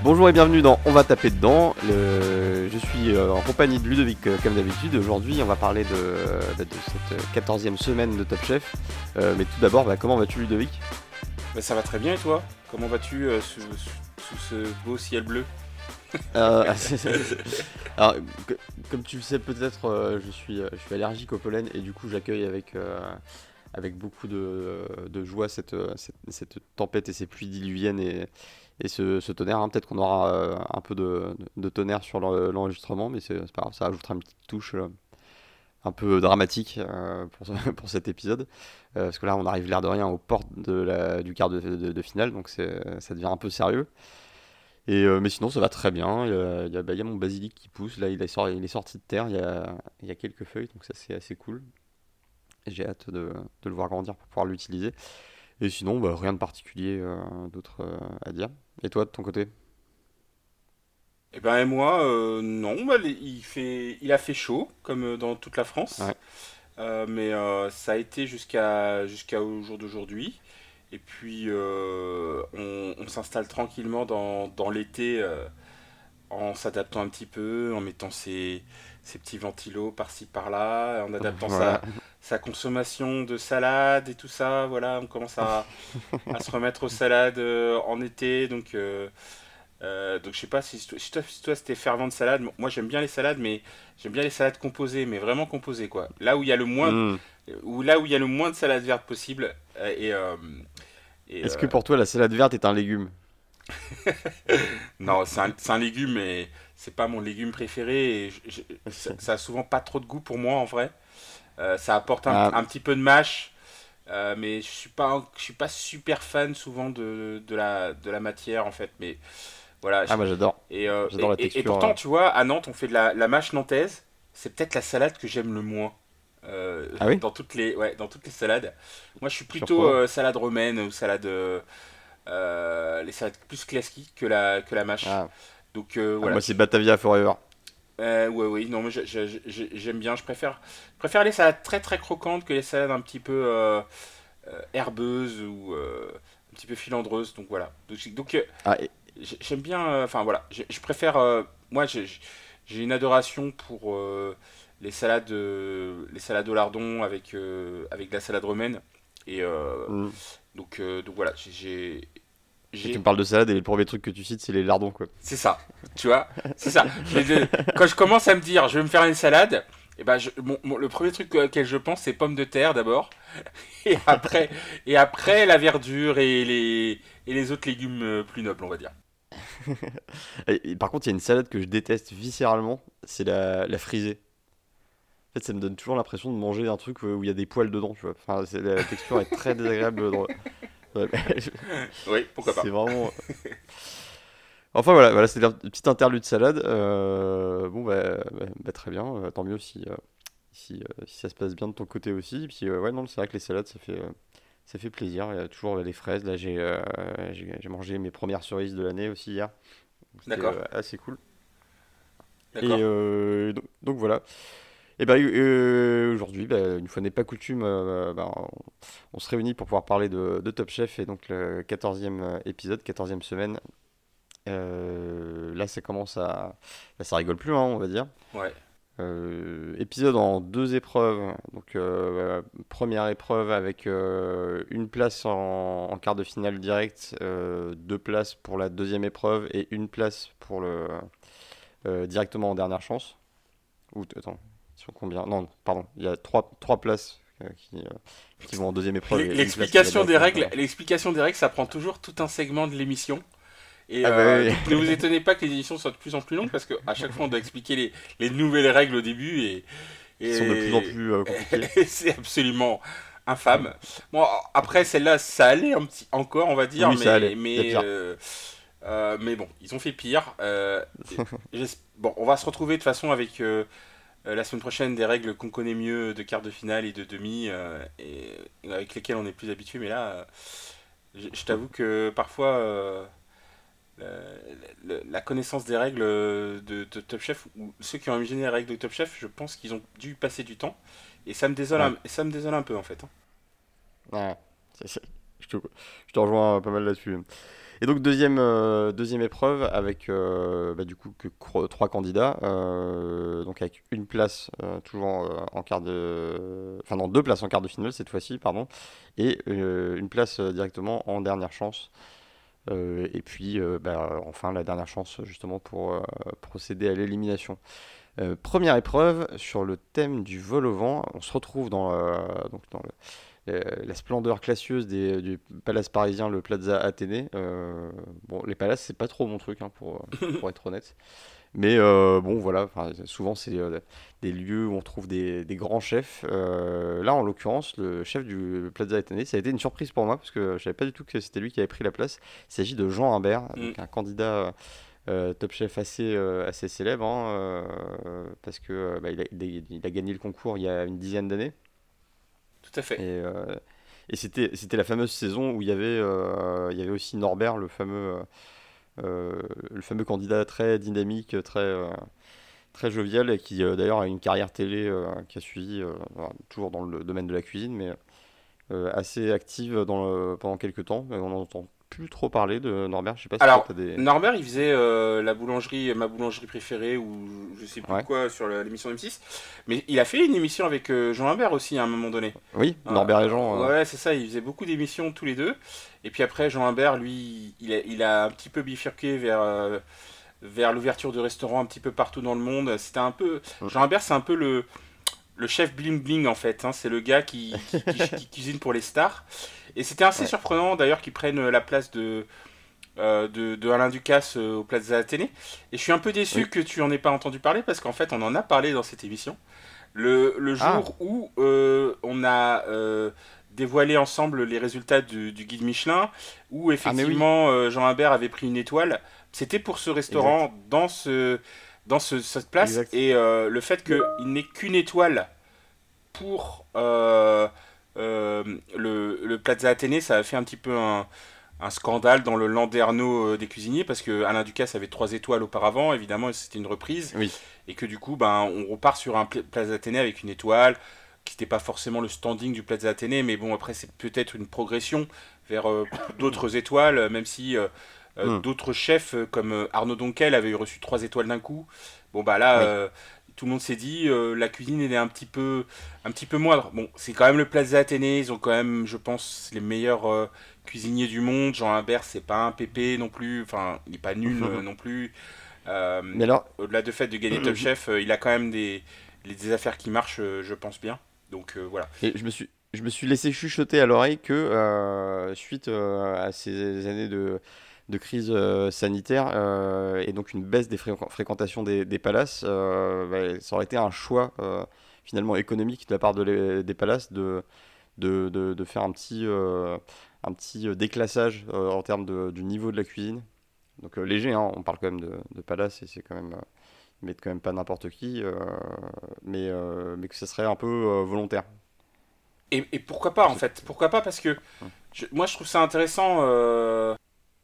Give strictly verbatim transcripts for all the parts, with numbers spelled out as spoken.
Bonjour et bienvenue dans On va taper dedans. Le- Je suis euh, en compagnie de Ludovic euh, comme d'habitude. Aujourd'hui on va parler de, de, de cette quatorzième semaine de Top Chef. Euh, mais tout d'abord, bah, comment vas-tu Ludovic? Bah, ça va très bien et toi? Comment vas-tu euh, sous, sous- sous ce beau ciel bleu? Euh, Alors, que- comme tu le sais peut-être, euh, je suis, euh, je suis allergique au pollen et du coup j'accueille avec, euh, avec beaucoup de, de joie cette, euh, cette, cette tempête et ces pluies diluviennes et, et ce, ce tonnerre, hein. Peut-être qu'on aura euh, un peu de, de tonnerre sur l'en- l'enregistrement, mais c'est c'est pas grave, ça ajoutera une petite touche euh, un peu dramatique euh, pour, ce- pour cet épisode. Euh, parce que là, on arrive l'air de rien aux portes de la, du quart de, de- de finale, donc c'est- ça devient un peu sérieux. Et, euh, mais sinon, ça va très bien. Il y a, il y a- bah, il y a mon basilic qui pousse. Là, il est, sorti, il est sorti de terre. Il y a, il y a quelques feuilles, donc ça, c'est assez cool. Et j'ai hâte de, de le voir grandir pour pouvoir l'utiliser. Et sinon, bah, rien de particulier euh, d'autre euh, à dire. Et toi, de ton côté? Eh ben et moi, euh, non, bah, les- il fait, il a fait chaud comme euh, dans toute la France. Ouais. Euh, mais euh, ça a été jusqu'à jusqu'à au jour d'aujourd'hui. Et puis euh, on, on s'installe tranquillement dans, dans l'été euh, en s'adaptant un petit peu, en mettant ses, ses petits ventilos par-ci par-là, en adaptant Voilà. sa, sa consommation de salade et tout ça. Voilà, on commence à, à se remettre aux salades euh, en été. Donc, euh, euh, donc je sais pas si, si toi, si toi c'était fervent de salade. Moi j'aime bien les salades, mais j'aime bien les salades composées, mais vraiment composées quoi. Là où il y a le moins, Hmm. ou là où il y a le moins de salade verte possible. euh, et euh, et Est-ce que euh, pour toi, la salade verte est un légume? non, c'est un, c'est un légume, mais c'est pas mon légume préféré. Et je- je- ça, ça a souvent pas trop de goût pour moi en vrai. Euh, ça apporte un, Ah, un petit peu de mâche. Euh, mais je suis pas, je suis pas super fan souvent de, de la, de la matière en fait. Mais voilà. ah, je- moi j'adore. Et, euh, J'adore la et, et- et texture. euh. pourtant, tu vois, à Nantes, on fait de la, la mâche nantaise. C'est peut-être la salade que j'aime le moins. euh, Ah oui? dans toutes les, ouais, dans toutes les salades. Moi, je suis plutôt Surprenant. euh, salade romaine ou salade, euh, euh, les salades plus classiques que la, que la mâche. Ah, Donc euh, ah, voilà. moi c'est Batavia Forever. Euh, ouais, oui, non, moi je- je- je- j'aime bien. Je préfère, je préfère les salades très très croquantes que les salades un petit peu euh, euh, herbeuses ou euh, un petit peu filandreuses. Donc voilà. Donc, j'ai- donc, euh, Ah, et- j'ai- j'aime bien. euh, Enfin voilà. Je, je préfère. euh, moi, j'ai j'ai une adoration pour euh, les salades, euh, les salades au lardon avec euh, avec de la salade romaine. Et euh, hmm. donc euh, donc voilà. J'ai j'ai Et tu j'ai- me parles de salade et le premier truc que tu cites, c'est les lardons, quoi. C'est ça, tu vois, c'est ça. J'ai de- Quand je commence à me dire, je vais me faire une salade, et ben je- mon- mon- le premier truc auquel je pense, c'est pommes de terre d'abord, et après, et après la verdure et les, et les autres légumes euh, plus nobles, on va dire. Et, et par contre, il y a une salade que je déteste viscéralement, c'est la, la frisée. En fait, ça me donne toujours l'impression de manger un truc où il y a des poils dedans, tu vois. Enfin, c'est- la texture est très désagréable. dans- dans- Oui, pourquoi C'est pas. vraiment. Enfin voilà, voilà, c'était un petit interlude salade. Euh, bon bah, bah, bah, très bien, euh, tant mieux si, euh, si, euh, si ça se passe bien de ton côté aussi. Puis euh, ouais non, c'est vrai que les salades ça fait, euh, ça fait plaisir. Il y a toujours les fraises. Là j'ai euh, j'ai j'ai mangé mes premières cerises de l'année aussi hier. Donc, c'était D'accord, euh, assez cool. Et d'accord. euh, donc, donc voilà. Et bah euh, aujourd'hui, bah, une fois n'est pas coutume, euh, bah, on, on se réunit pour pouvoir parler de, de Top Chef et donc le quatorzième épisode, quatorzième semaine. Euh, là, ça commence à. Là, ça rigole plus, hein, on va dire. Ouais, Euh, épisode en deux épreuves. Donc, euh, première épreuve avec euh, une place en, en quart de finale direct, euh, deux places pour la deuxième épreuve et une place pour le euh, directement en dernière chance. Ou attends, ils sont combien? Non, pardon, il y a trois, trois places euh, qui, euh, qui vont en deuxième épreuve L'e- et une place qui va l'explication des directement en règles, dernière chance. l'explication des règles, ça prend toujours tout un segment de l'émission. Et Ah bah euh, oui, donc ne vous étonnez pas que les émissions soient de plus en plus longues parce qu'à chaque fois on doit expliquer les, les nouvelles règles au début et, qui sont de plus en et, plus euh, compliquées. et c'est absolument infâme. Bon, après celle-là, ça allait un petit encore, on va dire, Oui, ça mais allait, il y a mais pire. euh, euh, mais bon, ils ont fait pire. Euh, j'es- bon, on va se retrouver de toute façon avec euh, euh, la semaine prochaine des règles qu'on connaît mieux de quart de finale et de demi euh, et avec lesquelles on est plus habitué. Mais là, euh, je, je t'avoue que parfois. euh, le- le- la connaissance des règles de, de Top Chef, ou ceux qui ont imaginé les règles de Top Chef, je pense qu'ils ont dû passer du temps. Et ça me désole Ouais. un, et ça me désole un peu en fait, hein. Ouais, c'est- c'est- je te, je te rejoins pas mal là-dessus. Et donc deuxième, euh, deuxième épreuve avec euh, bah, du coup que cro- trois candidats, euh, donc avec une place euh, toujours euh, en quart de, enfin non deux places en quart de finale cette fois-ci pardon, et euh, une place euh, directement en dernière chance. Euh, et puis euh, bah, enfin la dernière chance justement pour euh, procéder à l'élimination. Euh, première épreuve sur le thème du vol au vent. On se retrouve dans, euh, donc dans le- euh, la splendeur classieuse des- du palace parisien, le Plaza Athénée. Euh, bon, les palaces, c'est pas trop mon truc, hein, pour, pour être honnête. Mais euh, bon, voilà, enfin, souvent c'est euh, des lieux où on trouve des, des grands chefs. Euh, là, en l'occurrence, le chef du Plaza Athénée, ça a été une surprise pour moi parce que je savais pas du tout que c'était lui qui avait pris la place. Il s'agit de Jean Humbert, Mm. donc un candidat euh, Top Chef assez, euh, assez célèbre, hein, euh, parce que euh, bah, il a, il a- il a gagné le concours il y a une dizaine d'années. Tout à Et, fait. euh, et c'était, c'était la fameuse saison où il y avait, euh, il y avait aussi Norbert, le fameux, euh, le fameux candidat très dynamique, très, euh, très jovial, et qui euh, d'ailleurs a une carrière télé euh, qui a suivi, euh, voilà, toujours dans le domaine de la cuisine, mais euh, assez active dans le- pendant quelques temps. Mais on n'entend plus trop parler de Norbert. Je sais pas si toi Alors, t'as des. Norbert, il faisait euh, la boulangerie, ma boulangerie préférée, ou je sais plus Ouais. quoi, sur la- l'émission M six. Mais il a fait une émission avec euh, Jean Humbert aussi, à un moment donné. Oui, Euh, Norbert et Jean. euh, ouais, c'est ça, il faisait beaucoup d'émissions tous les deux. Et puis après, Jean Humbert, lui, il a, il a un petit peu bifurqué vers, euh, vers l'ouverture de restaurants un petit peu partout dans le monde. C'était un peu... Jean Humbert, c'est un peu le, le chef bling bling en fait, hein. C'est le gars qui, qui, qui- qui cuisine pour les stars. Et c'était assez Ouais. surprenant d'ailleurs qu'il prenne la place de, euh, de, de Alain Ducasse euh, au Plaza Athénée. Et je suis un peu déçu Oui. que tu en aies pas entendu parler parce qu'en fait on en a parlé dans cette émission. Le, le Ah, jour où euh, on a euh, dévoilé ensemble les résultats du, du guide Michelin, où ah mais oui, effectivement euh, Jean Humbert avait pris une étoile, c'était pour ce exact, restaurant dans, ce, dans ce, cette place. exact. Et euh, le fait qu'il n'ait qu'une étoile pour euh, euh, le, le Plaza Athénée, ça a fait un petit peu un, un scandale dans le Landerneau euh, des cuisiniers parce que Alain Ducasse avait trois étoiles auparavant, évidemment, et c'était une reprise, Oui. et que du coup, ben, on repart sur un Pla- Plaza Athénée avec une étoile qui n'était pas forcément le standing du Plaza Athénée, mais bon, après, c'est peut-être une progression vers euh, d'autres étoiles, même si euh, euh, Hmm. d'autres chefs euh, comme euh, Arnaud Donquel avaient reçu trois étoiles d'un coup. Bon, bah là, Oui. euh, tout le monde s'est dit, euh, la cuisine elle est un petit peu, un petit peu moindre. Bon, c'est quand même le Plaza Athénée, ils ont quand même, je pense, les meilleurs euh, cuisiniers du monde. Jean Humbert, c'est pas un pépé non plus, enfin, il est pas nul euh, non plus. Euh, Mais alors, Au-delà du fait de gagner Top Chef, euh, il a quand même des, les- des affaires qui marchent, euh, je pense bien. Donc euh, voilà. et je me suis, je me suis laissé chuchoter à l'oreille que euh, suite euh, à ces années de, de crise euh, sanitaire euh, et donc une baisse des fréqu- fréquentations des, des palaces, euh, bah, ça aurait été un choix euh, finalement économique de la part de les- des palaces de, de, de- de faire un petit, euh, un petit euh, déclassage euh, en termes de- du niveau de la cuisine. Donc euh, léger, hein, on parle quand même de, de palace et c'est quand même, euh, ils mettent quand même pas n'importe qui, euh, mais, euh, mais que ce serait un peu euh, volontaire. Et, et pourquoi pas Je en sais fait? Pourquoi pas? Parce que pas. je- moi je trouve ça intéressant. euh,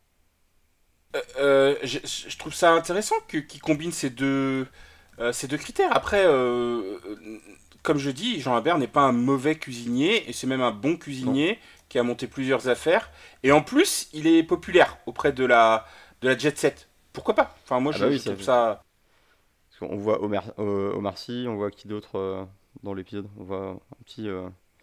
euh, euh, je, je trouve ça intéressant que, qu'ils combinent ces deux, euh, ces deux critères. Après, euh, euh, comme je dis, Jean Habert n'est pas un mauvais cuisinier, et c'est même un bon Non. cuisinier qui a monté plusieurs affaires. Et en plus, il est populaire auprès de la, de la jet set. Pourquoi pas? Enfin, moi Ah bah je, oui, je ça, trouve ça. parce qu'on voit Omar, euh, Omar Sy, on voit qui d'autre euh, dans l'épisode. On voit un petit, euh,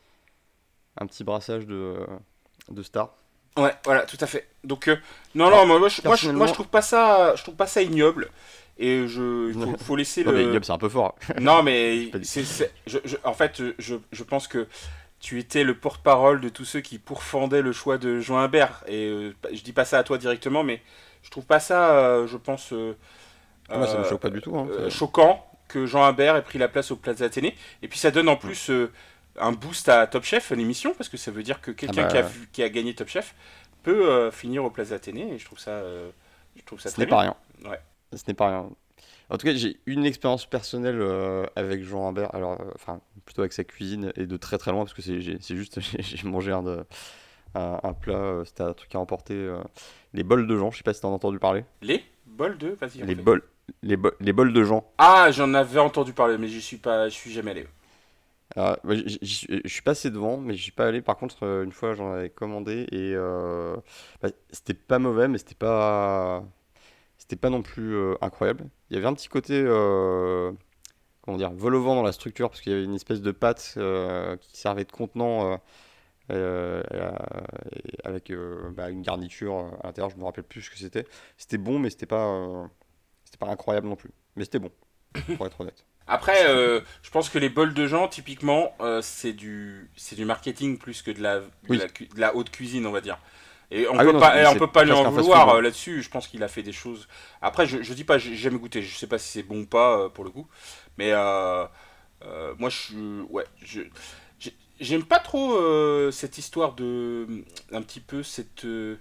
un petit brassage de, euh, de stars. Ouais, voilà, tout à fait. Donc, euh, non, non, Alors, moi, moi, je, moi, je, moi, je personnellement, trouve pas ça, je trouve pas ça ignoble. Et je, il faut, faut laisser non mais le. ignoble, c'est un peu fort. Non, J'ai mais pas dit. c'est, c'est- je, je- en fait, je, je pense que tu étais le porte-parole de tous ceux qui pourfendaient le choix de Jean Humbert. Et euh, je dis pas ça à toi directement, mais je trouve pas ça, euh, je pense, euh, Ah, moi, ça me euh, choque pas du tout, hein, euh, c'est- choquant que Jean Humbert ait pris la place au Plaza Athénée. Et puis ça donne en Hmm. plus euh, un boost à Top Chef, l'émission, parce que ça veut dire que Ah quelqu'un qui a, bah, vu- qui a gagné Top Chef peut euh, finir au Plaza Athénée. Et je trouve ça, euh, je trouve ça ce très n'est pas bien. rien. Ouais. Ce n'est pas rien. En tout cas, j'ai une expérience personnelle euh, avec Jean Humbert, alors, euh, enfin, plutôt avec sa cuisine et de très très loin, parce que c'est j'ai- c'est juste, j'ai j'ai mangé un, de- un, un plat, euh, c'était un truc à emporter, euh, les bols de Jean, je sais pas si t'en as entendu parler. Les bols de, vas-y, Les refais. bols, les, bo- les bols de Jean. Ah, j'en avais entendu parler, mais j'y suis pas, je suis jamais allé. Alors, moi, j'y- j'y suis- je suis passé devant, mais je suis pas allé. Par contre, euh, une fois, j'en avais commandé et euh, bah, c'était pas mauvais, mais c'était pas, c'était pas non plus euh, incroyable. Il y avait un petit côté, euh, comment dire, vol au vent dans la structure, parce qu'il y avait une espèce de pâte euh, qui servait de contenant euh, euh, euh, avec euh, bah, une garniture euh, à l'intérieur. Je me rappelle plus ce que c'était. C'était bon, mais c'était pas, euh, c'était pas incroyable non plus. Mais c'était bon, pour être honnête. Après, euh, je pense que les bols de gens, typiquement, euh, c'est du, c'est du marketing plus que de la, de Oui. la, cu- de la haute cuisine, on va dire. Et on Ah oui, peut non, pas, mais et on c'est peut pas lui en presque un fast-food, vouloir hein. euh, là-dessus. Je pense qu'il a fait des choses. Après, je, je dis pas, j'ai jamais goûté. Je sais pas si c'est bon ou pas euh, pour le coup. Mais euh, euh, moi, je, suis- ouais, je, j'ai- j'aime pas trop euh, cette histoire de, un petit peu cette, euh,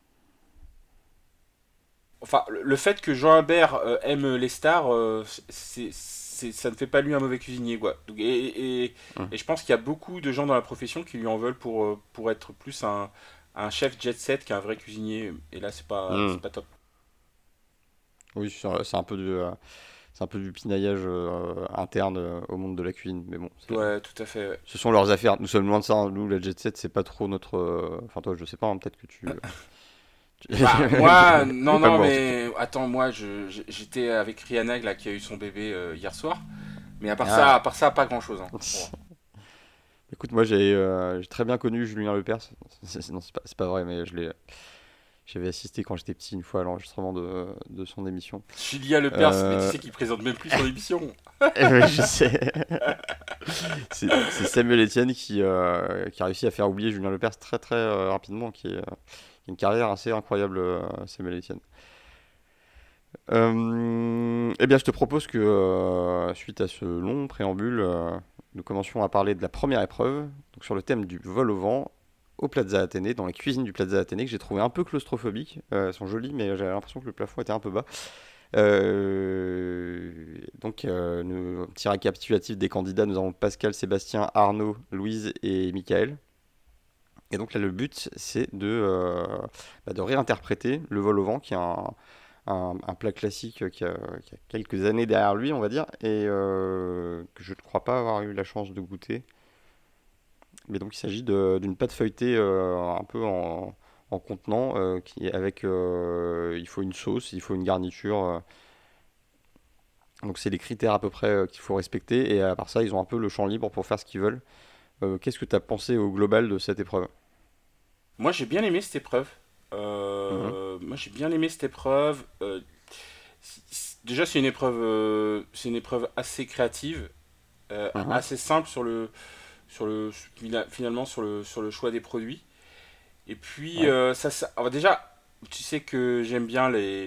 enfin, le le fait que Jean Habert euh, aime les stars, euh, c'est, c'est, ça ne fait pas lui un mauvais cuisinier, quoi. Donc, et, et, Hum. et je pense qu'il y a beaucoup de gens dans la profession qui lui en veulent pour, euh, pour être plus un, un chef jet set qu'un vrai cuisinier. Et là, c'est pas, c'est Hum. pas top. Oui, c'est c'est un peu du, euh, c'est un peu du pinaillage euh, interne euh, au monde de la cuisine. Mais bon, c'est- Ouais, tout à fait. Ouais. ce sont leurs affaires. Nous sommes loin de ça, hein. Nous, la jet set, c'est pas trop notre. euh, Enfin, toi, je sais pas, hein, peut-être que tu. tu- Bah, moi, Mais non, pas non, moi en tout cas. mais attends, moi, je, je- j'étais avec Rihanna, là, qui a eu son bébé euh, hier soir. Mais à part ça, Ah. à part ça, pas grand-chose. Hein. Bon. Écoute, moi, j'ai euh, j'ai très bien connu Julien Lepers. C'est- c'est- Non, c'est pas, c'est pas vrai, mais je l'ai. J'avais assisté quand j'étais petit une fois à l'enregistrement de, de son émission. Julia Lepers, mais tu Euh... sais qu'il présente même plus son émission. ouais, je sais. C'est c'est Samuel Etienne qui, euh, qui a réussi à faire oublier Julien Lepers très très euh, rapidement, qui, est, euh, qui a une carrière assez incroyable, euh, Samuel Etienne. Euh, eh bien, je te propose que, euh, suite à ce long préambule, euh, nous commencions à parler de la première épreuve, donc sur le thème du vol au vent au Plaza Athénée, dans la cuisine du Plaza Athénée, que j'ai trouvé un peu claustrophobique. Euh, elles sont jolies, mais j'avais l'impression que le plafond était un peu bas. Euh, donc, euh, nous, un petit récapitulatif des candidats, nous avons Pascal, Sébastien, Arnaud, Louise et Michael. Et donc là, le but, c'est de, euh, bah, de réinterpréter le vol au vent, qui est un, un, un plat classique qui a, qui a quelques années derrière lui, on va dire, et euh, que je ne crois pas avoir eu la chance de goûter. Mais donc il s'agit de- d'une pâte feuilletée euh, un peu en, en contenant, euh, qui, avec, euh, il faut une sauce, il faut une garniture. euh. donc c'est les critères à peu près euh, qu'il faut respecter, et à part ça, ils ont un peu le champ libre pour faire ce qu'ils veulent. Euh, qu'est-ce que tu as pensé au global de cette épreuve? Moi, j'ai bien aimé cette épreuve. Mhm, Euh, moi, j'ai bien aimé cette épreuve. Euh, c- c- déjà, c'est une épreuve, euh, c'est une épreuve assez créative, euh, mhm, assez simple sur le, sur le, fina- finalement sur le, sur le choix des produits. Et puis, ouais, euh, ça, ça- alors déjà, tu sais que j'aime bien les.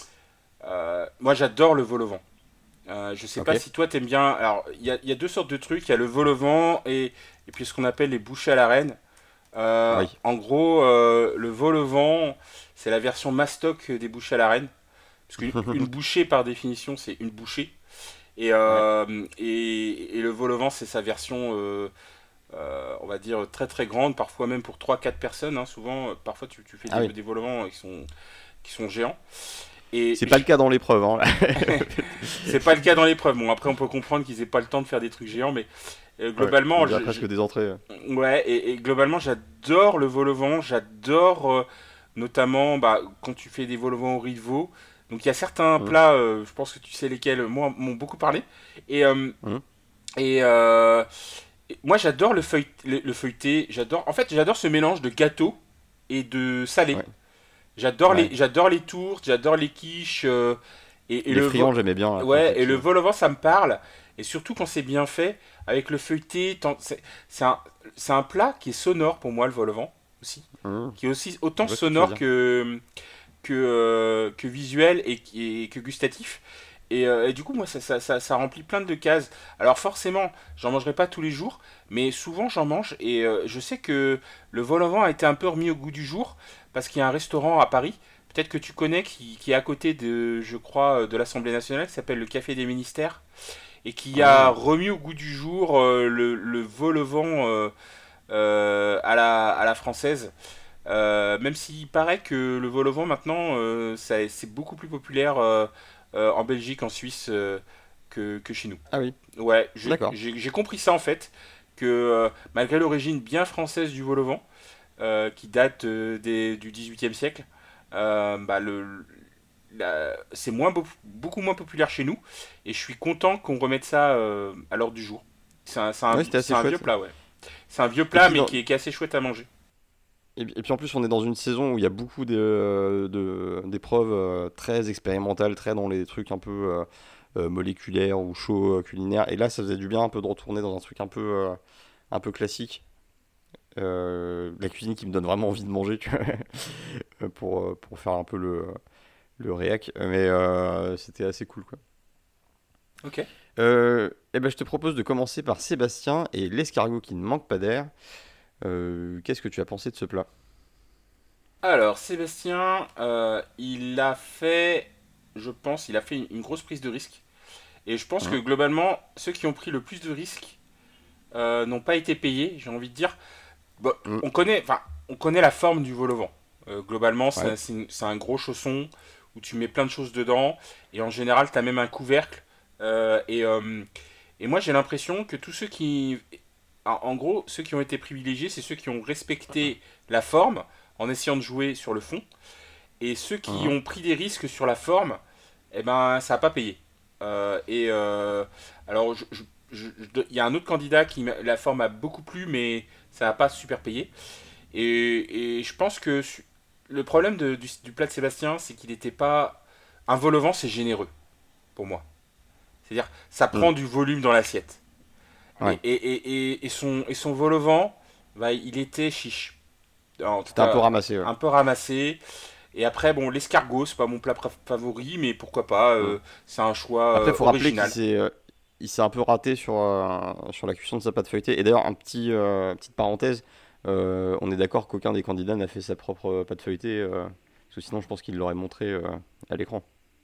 Euh, moi, j'adore le vol au vent. Euh, je sais ok, pas si toi t'aimes bien. Alors, il y a, il y a deux sortes de trucs. Il y a le vol au vent et, et puis ce qu'on appelle les bouchées à la reine. Euh, oui. en gros, euh, le vol au vent, c'est la version mastoc des bouchées à la reine. Parce qu'une une bouchée, par définition, c'est une bouchée. Et, Ouais. euh, et, et le vol au vent, c'est sa version, euh, euh, on va dire, très très grande, parfois même pour trois quatre personnes. Hein, souvent, euh, parfois tu, tu fais Ah des, oui. des vols au vent qui sont, qui sont géants. Et C'est pas le j- cas dans l'épreuve, hein. c'est pas le cas dans l'épreuve. Bon, après, on peut comprendre qu'ils aient pas le temps de faire des trucs géants, mais euh, Ouais, on globalement, dirait je- presque je- des entrées. ouais, et, et globalement, j'adore le vol au vent. J'adore euh, notamment bah, quand tu fais des vols au vent au riz de veau. Donc, il y a certains Mhm, plats, euh, je pense que tu sais lesquels, moi, m'ont beaucoup parlé. Et, euh, mhm, et, euh, et moi, j'adore le, feuille, le, le feuilleté. J'adore, en fait, j'adore ce mélange de gâteau et de salé. ouais, J'adore les, ouais. j'adore les tourtes, j'adore les quiches. euh, et, et Les le vo- friands, j'aimais bien là, quand ouais, j'étais et le petit. vol au vent, ça me parle. Et surtout quand c'est bien fait, avec le feuilleté. tant- C'est c'est un, c'est un plat qui est sonore pour moi, le vol au vent aussi. Mhm, Qui est aussi je autant vois ce que tu veux sonore dire. que, que, euh, que visuel et, qui- et que gustatif. Et, euh, et du coup, moi, ça, ça, ça, ça remplit plein de cases. Alors forcément, j'en mangerai pas tous les jours, mais souvent j'en mange. Et euh, je sais que le vol au vent a été un peu remis au goût du jour, parce qu'il y a un restaurant à Paris, peut-être que tu connais, qui, qui est à côté de, je crois, de l'Assemblée nationale, qui s'appelle le Café des Ministères, et qui a Ah, remis au goût du jour euh, le, le vol au vent euh, euh, à la, à la française. Euh, même s'il paraît que le vol au vent maintenant, euh, ça- c'est beaucoup plus populaire euh, euh, en Belgique, en Suisse. euh, que, que chez nous. Ah oui, Ouais, je- d'accord. j'ai j'ai compris ça en fait, que euh, malgré l'origine bien française du vol au vent, euh, qui date euh, des- du dix-huitième siècle, euh, bah, le, la- c'est moins, beau- beaucoup moins populaire chez nous, et je suis content qu'on remette ça euh, à l'ordre du jour. C'est un, c'est un Ouais, vi- c'était c'est assez un vieux chouette. plat, ouais. C'est un vieux Et plat, puis, mais dans... qui est, qui est assez chouette à manger. et, et puis en plus, on est dans une saison où il y a beaucoup de, de- d'épreuves euh, très expérimentales, très dans les trucs un peu euh, euh, moléculaires ou chauds euh, culinaires. Et là, ça faisait du bien un peu de retourner dans un truc un peu, euh, un peu classique. Euh, la cuisine qui me donne vraiment envie de manger, tu vois, pour, euh, pour faire un peu le, le réac. Mais euh, c'était assez cool, quoi. Ok. Euh, eh ben, je te propose de commencer par Sébastien et l'escargot qui ne manque pas d'air. Euh, qu'est-ce que tu as pensé de ce plat? Alors, Sébastien, euh, il a fait, je pense, il a fait une grosse prise de risque. Et je pense que Mhm. globalement, ceux qui ont pris le plus de risques euh, n'ont pas été payés, j'ai envie de dire. Bon, Mhm. on connaît, enfin, on connaît la forme du vol au vent. Euh, globalement, Ouais. c'est c'est une- c'est un gros chausson où tu mets plein de choses dedans. Et en général, tu as même un couvercle. Euh, et, euh, et moi, j'ai l'impression que tous ceux qui. En en gros, ceux qui ont été privilégiés, c'est ceux qui ont respecté la forme en essayant de jouer sur le fond. Et ceux qui Mhm. ont pris des risques sur la forme, eh ben, ça n'a pas payé. Euh, et euh, alors, je- je- je- je- il y a un autre candidat qui m'a- la forme a beaucoup plu, mais ça n'a pas super payé. Et, et je pense que su- le problème de- du, du plat de Sébastien, c'est qu'il n'était pas. Un vol au vent, c'est généreux, pour moi. C'est-à-dire, ça Mhm. prend du volume dans l'assiette. Et, Ouais. et, et, et, et son, et son vol au vent, bah, il était chiche. En tout C'était un peu cas, ramassé, ouais. un peu ramassé. Et après, bon, l'escargot, c'est pas mon plat préf- favori, mais pourquoi pas, Mhm. euh, c'est un choix Après, il euh, faut rappeler qu'il original. s'est, euh, il s'est un peu raté sur, euh, sur la cuisson de sa pâte feuilletée. Et d'ailleurs, un petit, euh, petite parenthèse, euh, on est d'accord qu'aucun des candidats n'a fait sa propre pâte feuilletée, euh, parce que sinon, je pense qu'il l'aurait montré euh, à l'écran.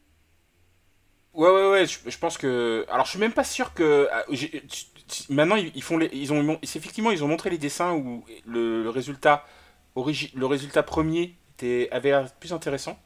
Ouais, ouais, ouais, je, je pense que. Alors, je suis même pas sûr que. ah, j'ai- tu- tu- Maintenant, ils, ils font les. Ils ont, mon- c'est effectivement, ils ont montré les dessins où le, le résultat, origi- le résultat premier était, avait l'air plus intéressant.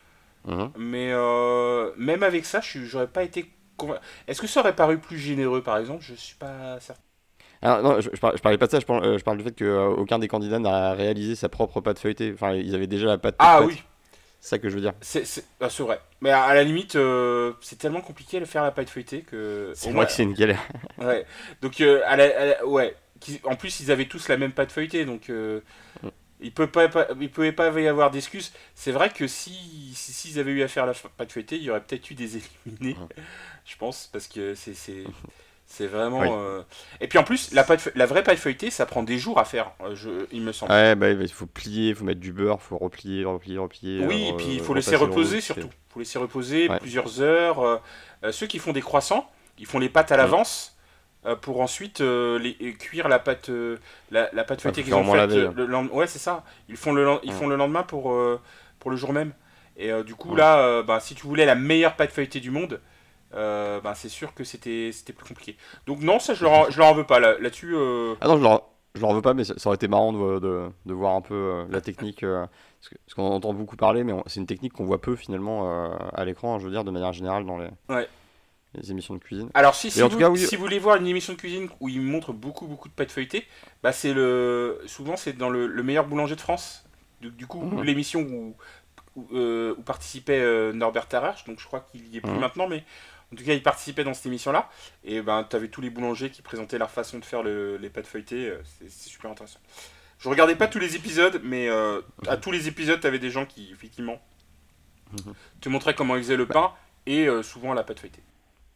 Mhm. Mais euh, même avec ça, je suis- j'aurais pas été. convain- Est-ce que ça aurait paru plus généreux, par exemple? Je suis pas certain. Ah, non, je, je par- je parlais pas de ça, je parle, euh, je parle du fait qu'aucun des candidats n'a réalisé sa propre pâte feuilletée. Enfin, ils avaient déjà la pâte toute Ah oui, faite. C'est ça que je veux dire. c'est c'est- ah, c'est vrai. Mais à, à la limite, euh, c'est tellement compliqué de faire la pâte feuilletée que. Au C'est vrai moins. que c'est une galère. Ouais. Donc, euh, à la- à la- ouais. Qui- En plus, ils avaient tous la même pâte feuilletée, donc. euh, Il peut pas, pas- il pouvait pas y avoir d'excuses. C'est vrai que si si- s'ils avaient eu à faire la fa- pâte feuilletée, il y aurait peut-être eu des éliminés, Mhm. je pense, parce que c'est c'est c'est vraiment. Oui. euh, Et puis en plus, la pâte, feu- la vraie pâte feuilletée, ça prend des jours à faire, euh, je, il me semble. Ouais, bah, il faut plier, il faut mettre du beurre, il faut replier, replier, replier, euh, Oui, et puis il re- faut laisser repasser dans l'eau. reposer C'est... surtout. Il faut laisser reposer Ouais. plusieurs heures. euh, euh, ceux qui font des croissants, ils font les pâtes à Mhm. l'avance euh, pour ensuite euh, les, et cuire la pâte, euh, la, la pâte Ouais, faut feuilletée qu'ils faire au ont moins la faite veille, euh, hein. le lendemain. Ouais, c'est ça. Ils font le, len- ils Mhm. font le lendemain pour, euh, pour le jour même. Et euh, du coup, Mhm. là, euh, bah, si tu voulais la meilleure pâte feuilletée du monde, euh, bah, c'est sûr que c'était c'était plus compliqué. Donc, non, ça, je leur, en- je leur en veux pas. Là, là-dessus, euh, Ah non, je leur, je leur veux pas, mais ça, ça aurait été marrant de, de, de voir un peu euh, la technique. euh, parce que- parce qu'on en entend beaucoup parler, mais on- c'est une technique qu'on voit peu finalement euh, à l'écran, hein, je veux dire, de manière générale dans les, ouais. les émissions de cuisine. Alors, si, Mais si, en tout vous, cas, oui. si vous voulez voir une émission de cuisine où ils montrent beaucoup, beaucoup de pâtes feuilletées, bah, c'est le, souvent c'est dans le, le meilleur boulanger de France. Du, du coup, Mhm. l'émission où, où, euh, où participait euh, Norbert Tarrache, donc je crois qu'il y est plus Mhm. maintenant, mais en tout cas, il participait dans cette émission-là. Et ben, tu avais tous les boulangers qui présentaient leur façon de faire le- les pâtes feuilletées. euh, C'est c'est super intéressant. Je regardais pas tous les épisodes, mais euh, à tous les épisodes, tu avais des gens qui, effectivement, Mhm. te montraient comment ils faisaient le Bah, pain et euh, souvent la pâte feuilletée.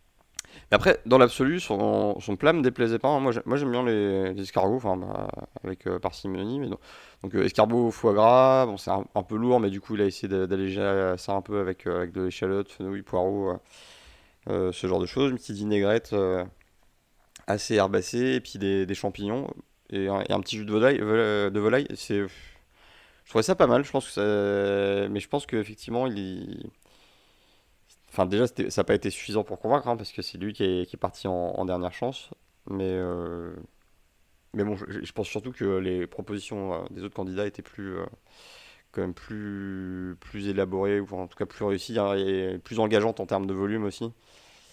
mais après, dans l'absolu, son, son plat me déplaisait pas, hein. Moi, j'ai- moi, j'aime bien les, les escargots, enfin, bah, avec euh, parcimonie. Mais donc, donc euh, escargot au foie gras, bon, c'est un, un peu lourd, mais du coup, il a essayé d'a- d'alléger ça un peu avec, euh, avec de l'échalote, fenouil, poireaux, euh, euh, ce genre de choses. Une petite vinaigrette euh, assez herbacée, et puis des, des champignons, et un, et un petit jus de volaille. vol- De volaille c'est, je trouvais ça pas mal, je pense que ça, mais je pense qu'effectivement, il, y- enfin, déjà, c'était- ça n'a pas été suffisant pour convaincre, hein, parce que c'est lui qui est, qui est parti en, en dernière chance. Mais, euh, mais bon, je, je pense surtout que les propositions euh, des autres candidats étaient plus, euh, quand même plus, plus élaborées, ou en tout cas plus réussies, hein, et plus engageantes en termes de volume aussi.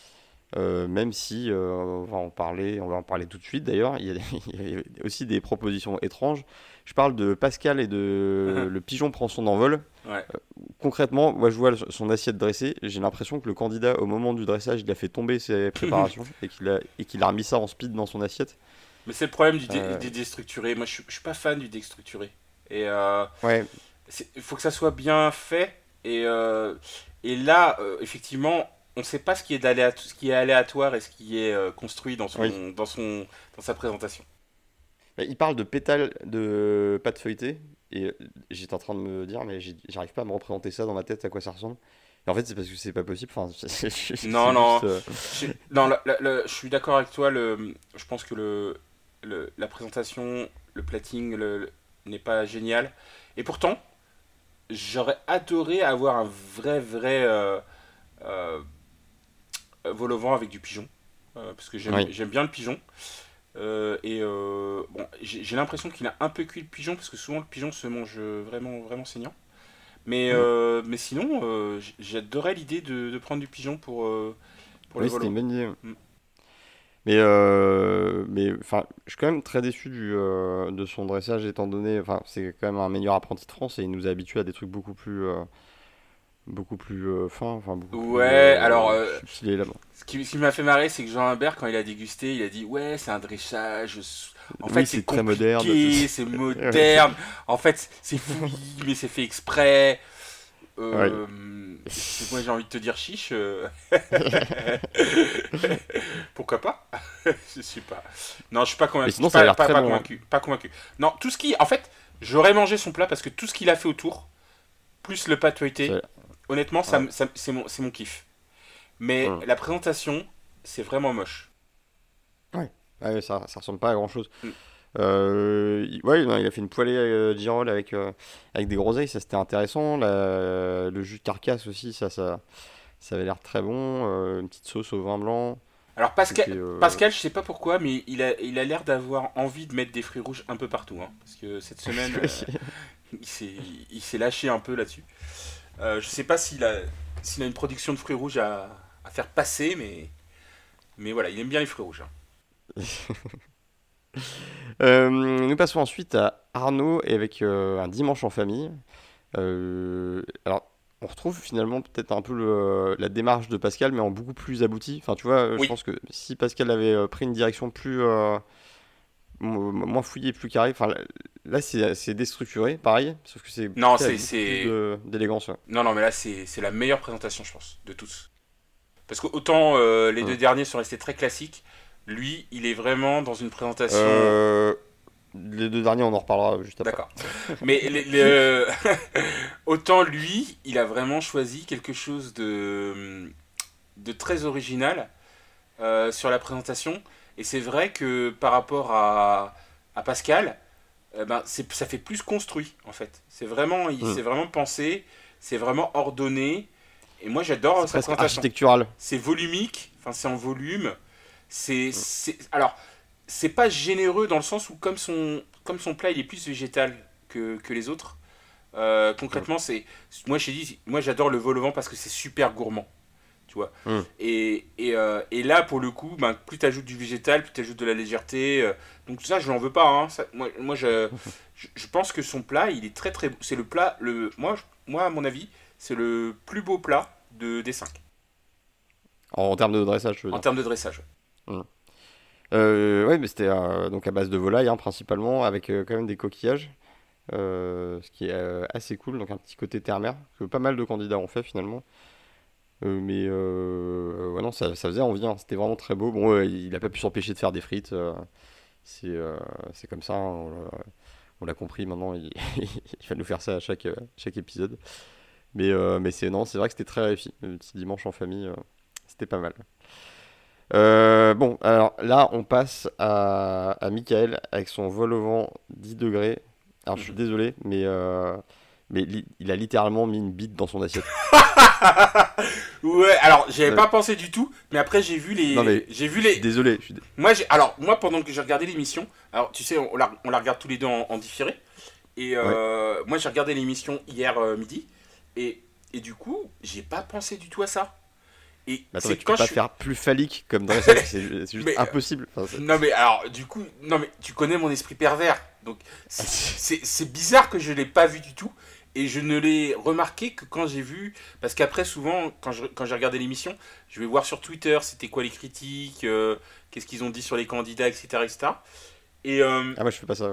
Euh, même si, euh, on va en parler, on va en parler tout de suite d'ailleurs, il y a, des- il y a aussi des propositions étranges. Je parle de Pascal et de Le pigeon prend son envol. Ouais. Concrètement, moi je vois son assiette dressée, j'ai l'impression que le candidat au moment du dressage, il a fait tomber ses préparations et qu'il a, et qu'il a remis ça en speed dans son assiette. Mais c'est le problème du, dé, Euh, du déstructuré. Moi, je, suis- je suis pas fan du déstructuré. Et euh, ouais, il faut que ça soit bien fait. Et, euh, et là, euh, effectivement, on ne sait pas ce qui est, d'aléat- ce qui est aléatoire et ce qui est euh, construit dans, oui. son, dans, son, dans sa présentation. Mais il parle de pétales de pâte feuilletée et euh, j'étais en train de me dire, mais j'ai- j'arrive pas à me représenter ça dans ma tête à quoi ça ressemble. Et en fait, c'est parce que c'est pas possible, enfin, c'est c'est- Non, c'est non. juste. euh, Je, non, la- la- la- je suis d'accord avec toi. Le, je pense que le, le, la présentation, le plating le, le- n'est pas génial. Et pourtant, j'aurais adoré avoir un vrai, vrai euh, euh, vol au vent avec du pigeon. Euh, parce que j'aime Oui. j'aime bien le pigeon. Euh, et euh, bon, j'ai j'ai l'impression qu'il a un peu cuit le pigeon, parce que souvent le pigeon se mange vraiment, vraiment saignant. Mais, Mm. euh, mais sinon, euh, j- j'adorais l'idée de, de prendre du pigeon pour, euh, pour le Oui, c'était volant. une bonne idée. Mm. Mais, euh, mais enfin, je suis quand même très déçu du, euh, de son dressage, étant donné, enfin, c'est quand même un meilleur apprenti de France et il nous a habitués à des trucs beaucoup plus, euh, beaucoup plus euh, fins, enfin, beaucoup plus Ouais, alors, euh, euh, subtilés là-bas. ce qui, ce qui m'a fait marrer, c'est que Jean Humbert, quand il a dégusté, il a dit ouais, c'est un dressage. s- En fait, Oui, c'est c'est très moderne. compliqué, c'est Ouais. moderne. En fait, c'est fouillis, mais c'est fait exprès. Ouais. Euh, c'est- moi, j'ai envie de te dire chiche. euh. Pourquoi pas? Je sais pas. Non, je suis pas Mais convaincu. Je sinon, suis ça a pas, l'air pas, très pas bon, hein. convaincu. Pas convaincu. Non, tout ce qui. En fait, j'aurais mangé son plat parce que tout ce qu'il a fait autour, plus le pâte feuilleté, Ça- honnêtement, ça, ouais. me- ça- c'est mon, c'est mon kiff. Mais Mm. la présentation, c'est vraiment moche. Ouais. Ouais, ça, ça ressemble pas à grand-chose. Mm. Euh, il- ouais, non, il a fait une poêlée euh, Girol avec, euh, avec des groseilles, ça c'était intéressant. La- le jus de carcasse aussi, ça, ça, ça avait l'air très bon. Euh, une petite sauce au vin blanc, Alors Pascal, c'était. euh, Pascal, je sais pas pourquoi, mais il a, il a l'air d'avoir envie de mettre des fruits rouges un peu partout, hein. Parce que cette semaine, euh, il s'est, il s'est lâché un peu là-dessus. Euh, je sais pas s'il a, s'il a une production de fruits rouges à, à faire passer, mais, mais voilà, il aime bien les fruits rouges, hein. Euh, nous passons ensuite à Arnaud et avec euh, un dimanche en famille. Euh, alors, on retrouve finalement peut-être un peu le- la démarche de Pascal, mais en beaucoup plus abouti. Enfin, tu vois, euh, je Oui, pense que si Pascal avait euh, pris une direction plus euh, mo- moins fouillée, plus carrée, enfin là, là, c'est c'est déstructuré, pareil, sauf que c'est non, fait c'est, avec beaucoup plus c'est, de- d'élégance. Ouais. non, non, mais là, c'est, c'est la meilleure présentation, je pense, de tous. Parce que autant euh, les deux Hum. derniers sont restés très classiques, lui, il est vraiment dans une présentation. Euh, les deux derniers, on en reparlera juste après. D'accord. Mais les- les- autant lui, il a vraiment choisi quelque chose de, de très original euh, sur la présentation. Et c'est vrai que par rapport à, à Pascal, eh ben, c'est, ça fait plus construit en fait. C'est vraiment, il Hum. s'est vraiment pensé, c'est vraiment ordonné. Et moi j'adore C'est sa presque présentation. architectural. C'est volumique, enfin c'est en volume. C'est, c'est, alors, c'est pas généreux dans le sens où comme son, comme son plat il est plus végétal que, que les autres, euh, Hum. concrètement c'est... Moi j'ai dit, moi j'adore le vol au vent parce que c'est super gourmand. Tu vois. Hum. Et, et, euh, et là pour le coup, ben, plus tu ajoutes du végétal, plus tu ajoutes de la légèreté. euh, donc ça je n'en veux pas. Hein, ça, moi moi je, je, je pense que son plat il est très très... C'est le plat, le, moi, je- moi à mon avis, c'est le plus beau plat de, des cinq. En, en termes de dressage, je veux En dire. termes de dressage. Hum. Euh, ouais, mais c'était euh, donc à base de volaille hein, principalement, avec euh, quand même des coquillages, euh, ce qui est euh, assez cool, donc un petit côté terre-mer, que pas mal de candidats ont fait finalement. Euh, mais euh, ouais, non, ça, ça faisait envie, hein, c'était vraiment très beau. Bon, euh, il a pas pu s'empêcher de faire des frites, euh, c'est euh, c'est comme ça, hein, on l'a on l'a compris maintenant, il, il va nous faire ça à chaque, euh, chaque épisode. Mais, euh, mais c'est non, c'est vrai que c'était très réussi, le petit dimanche en famille, euh, c'était pas mal. Euh, bon, alors là, on passe à, à Michael avec son vol au vent dix degrés. Alors, je suis Mhm. désolé, mais, euh, mais li- il a littéralement mis une bite dans son assiette. Ouais, alors j'avais Non, pas pensé du tout, mais après j'ai vu non, mais les, j'ai vu je suis les. désolé. Je suis dé- Moi, j'ai, alors moi pendant que j'ai regardé l'émission, alors tu sais, on la, on la regarde tous les deux en, en différé, et Ouais. euh, moi j'ai regardé l'émission hier euh, midi, et et du coup j'ai pas pensé du tout à ça. Et Mais attends, c'est mais tu quand peux pas je... faire plus phallique comme dressage, c'est c'est juste mais, impossible. Enfin, c'est- non mais alors du coup, non mais tu connais mon esprit pervers, donc c'est c'est- c'est bizarre que je l'ai pas vu du tout. Et je ne l'ai remarqué que quand j'ai vu, parce qu'après souvent quand je- quand j'ai regardé l'émission, je vais voir sur Twitter c'était quoi les critiques, euh, qu'est-ce qu'ils ont dit sur les candidats, et cetera et cetera. Et, euh, Ah, moi je fais pas ça. Ouais.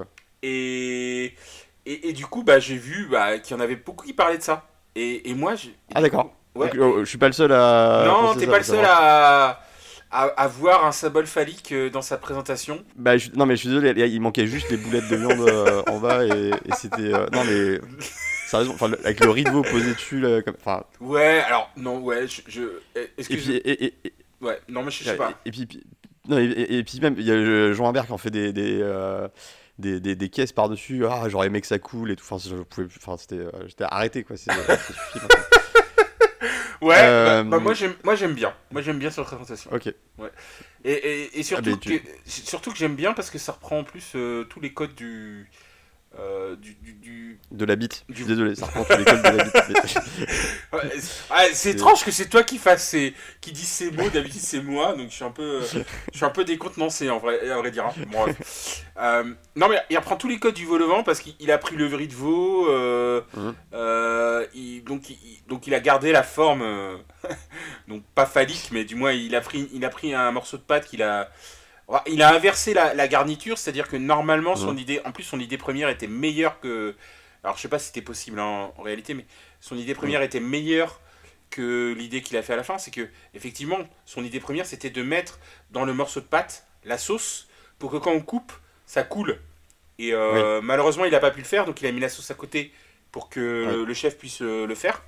et, et, et du coup bah j'ai vu bah, qu'il y en avait beaucoup qui parlaient de ça. Et, et moi j'ai- et Ah, du coup d'accord. ouais. Donc, oh, je suis pas le seul à Non, penser t'es ça, pas le faut seul savoir. à, à, à voir un symbole phallique euh, dans sa présentation. Bah, je- non, mais je suis désolé, il manquait juste les boulettes de viande euh, en bas et, et c'était. euh, Non, mais sérieusement, enfin, le- avec le riz de veau posé dessus, là, comme. Enfin, Ouais, alors, non, ouais, je. je et puis, excuse. et, et, et, Ouais, non, mais je sais et- pas. et puis, puis- non, et, et- et puis même, il y a le Jean Imbert qui en fait des, des, euh, des, des, des caisses par-dessus. Ah, j'aurais aimé que ça coule et tout. Enfin, je pouvais plus. Enfin, c'était. euh, J'étais arrêté, quoi. C'est, ça suffit maintenant. Ouais, bah, Euh, bah, moi j'aime moi j'aime bien. Moi j'aime bien cette présentation. Ok. Ouais. Et, et, et surtout, Ah, mais tu- que, surtout que j'aime bien parce que ça reprend en plus euh, tous les codes du. euh, du, du, du- De la bite. Je Du- suis désolé, ça reprend tous les codes de la bite. mais- Ouais, c'est ah, c'est C'est- étrange que c'est toi qui fasse ces, qui dis ces mots, d'habitude c'est moi, donc je suis un peu, euh, je suis un peu décontenancé en vrai, à vrai dire. Hein. Bon, ouais. Euh, non mais il reprend tous les codes du vol-au-vent parce qu'il a pris le riz de veau, euh, Mhm. euh, il- donc, il, donc il a gardé la forme, euh, donc pas phallique, mais du moins il a pris, il a pris un morceau de pâte qu'il a, il a inversé la, la garniture, c'est-à-dire que normalement son Mhm. idée, en plus son idée première était meilleure que, alors je sais pas si c'était possible hein, en réalité, mais son idée première était meilleure que l'idée qu'il a fait à la fin. C'est que, effectivement, son idée première, c'était de mettre dans le morceau de pâte la sauce pour que quand on coupe, ça coule. Et euh, malheureusement, il n'a pas pu le faire, donc il a mis la sauce à côté pour que Ouais. le, le chef puisse euh, le faire.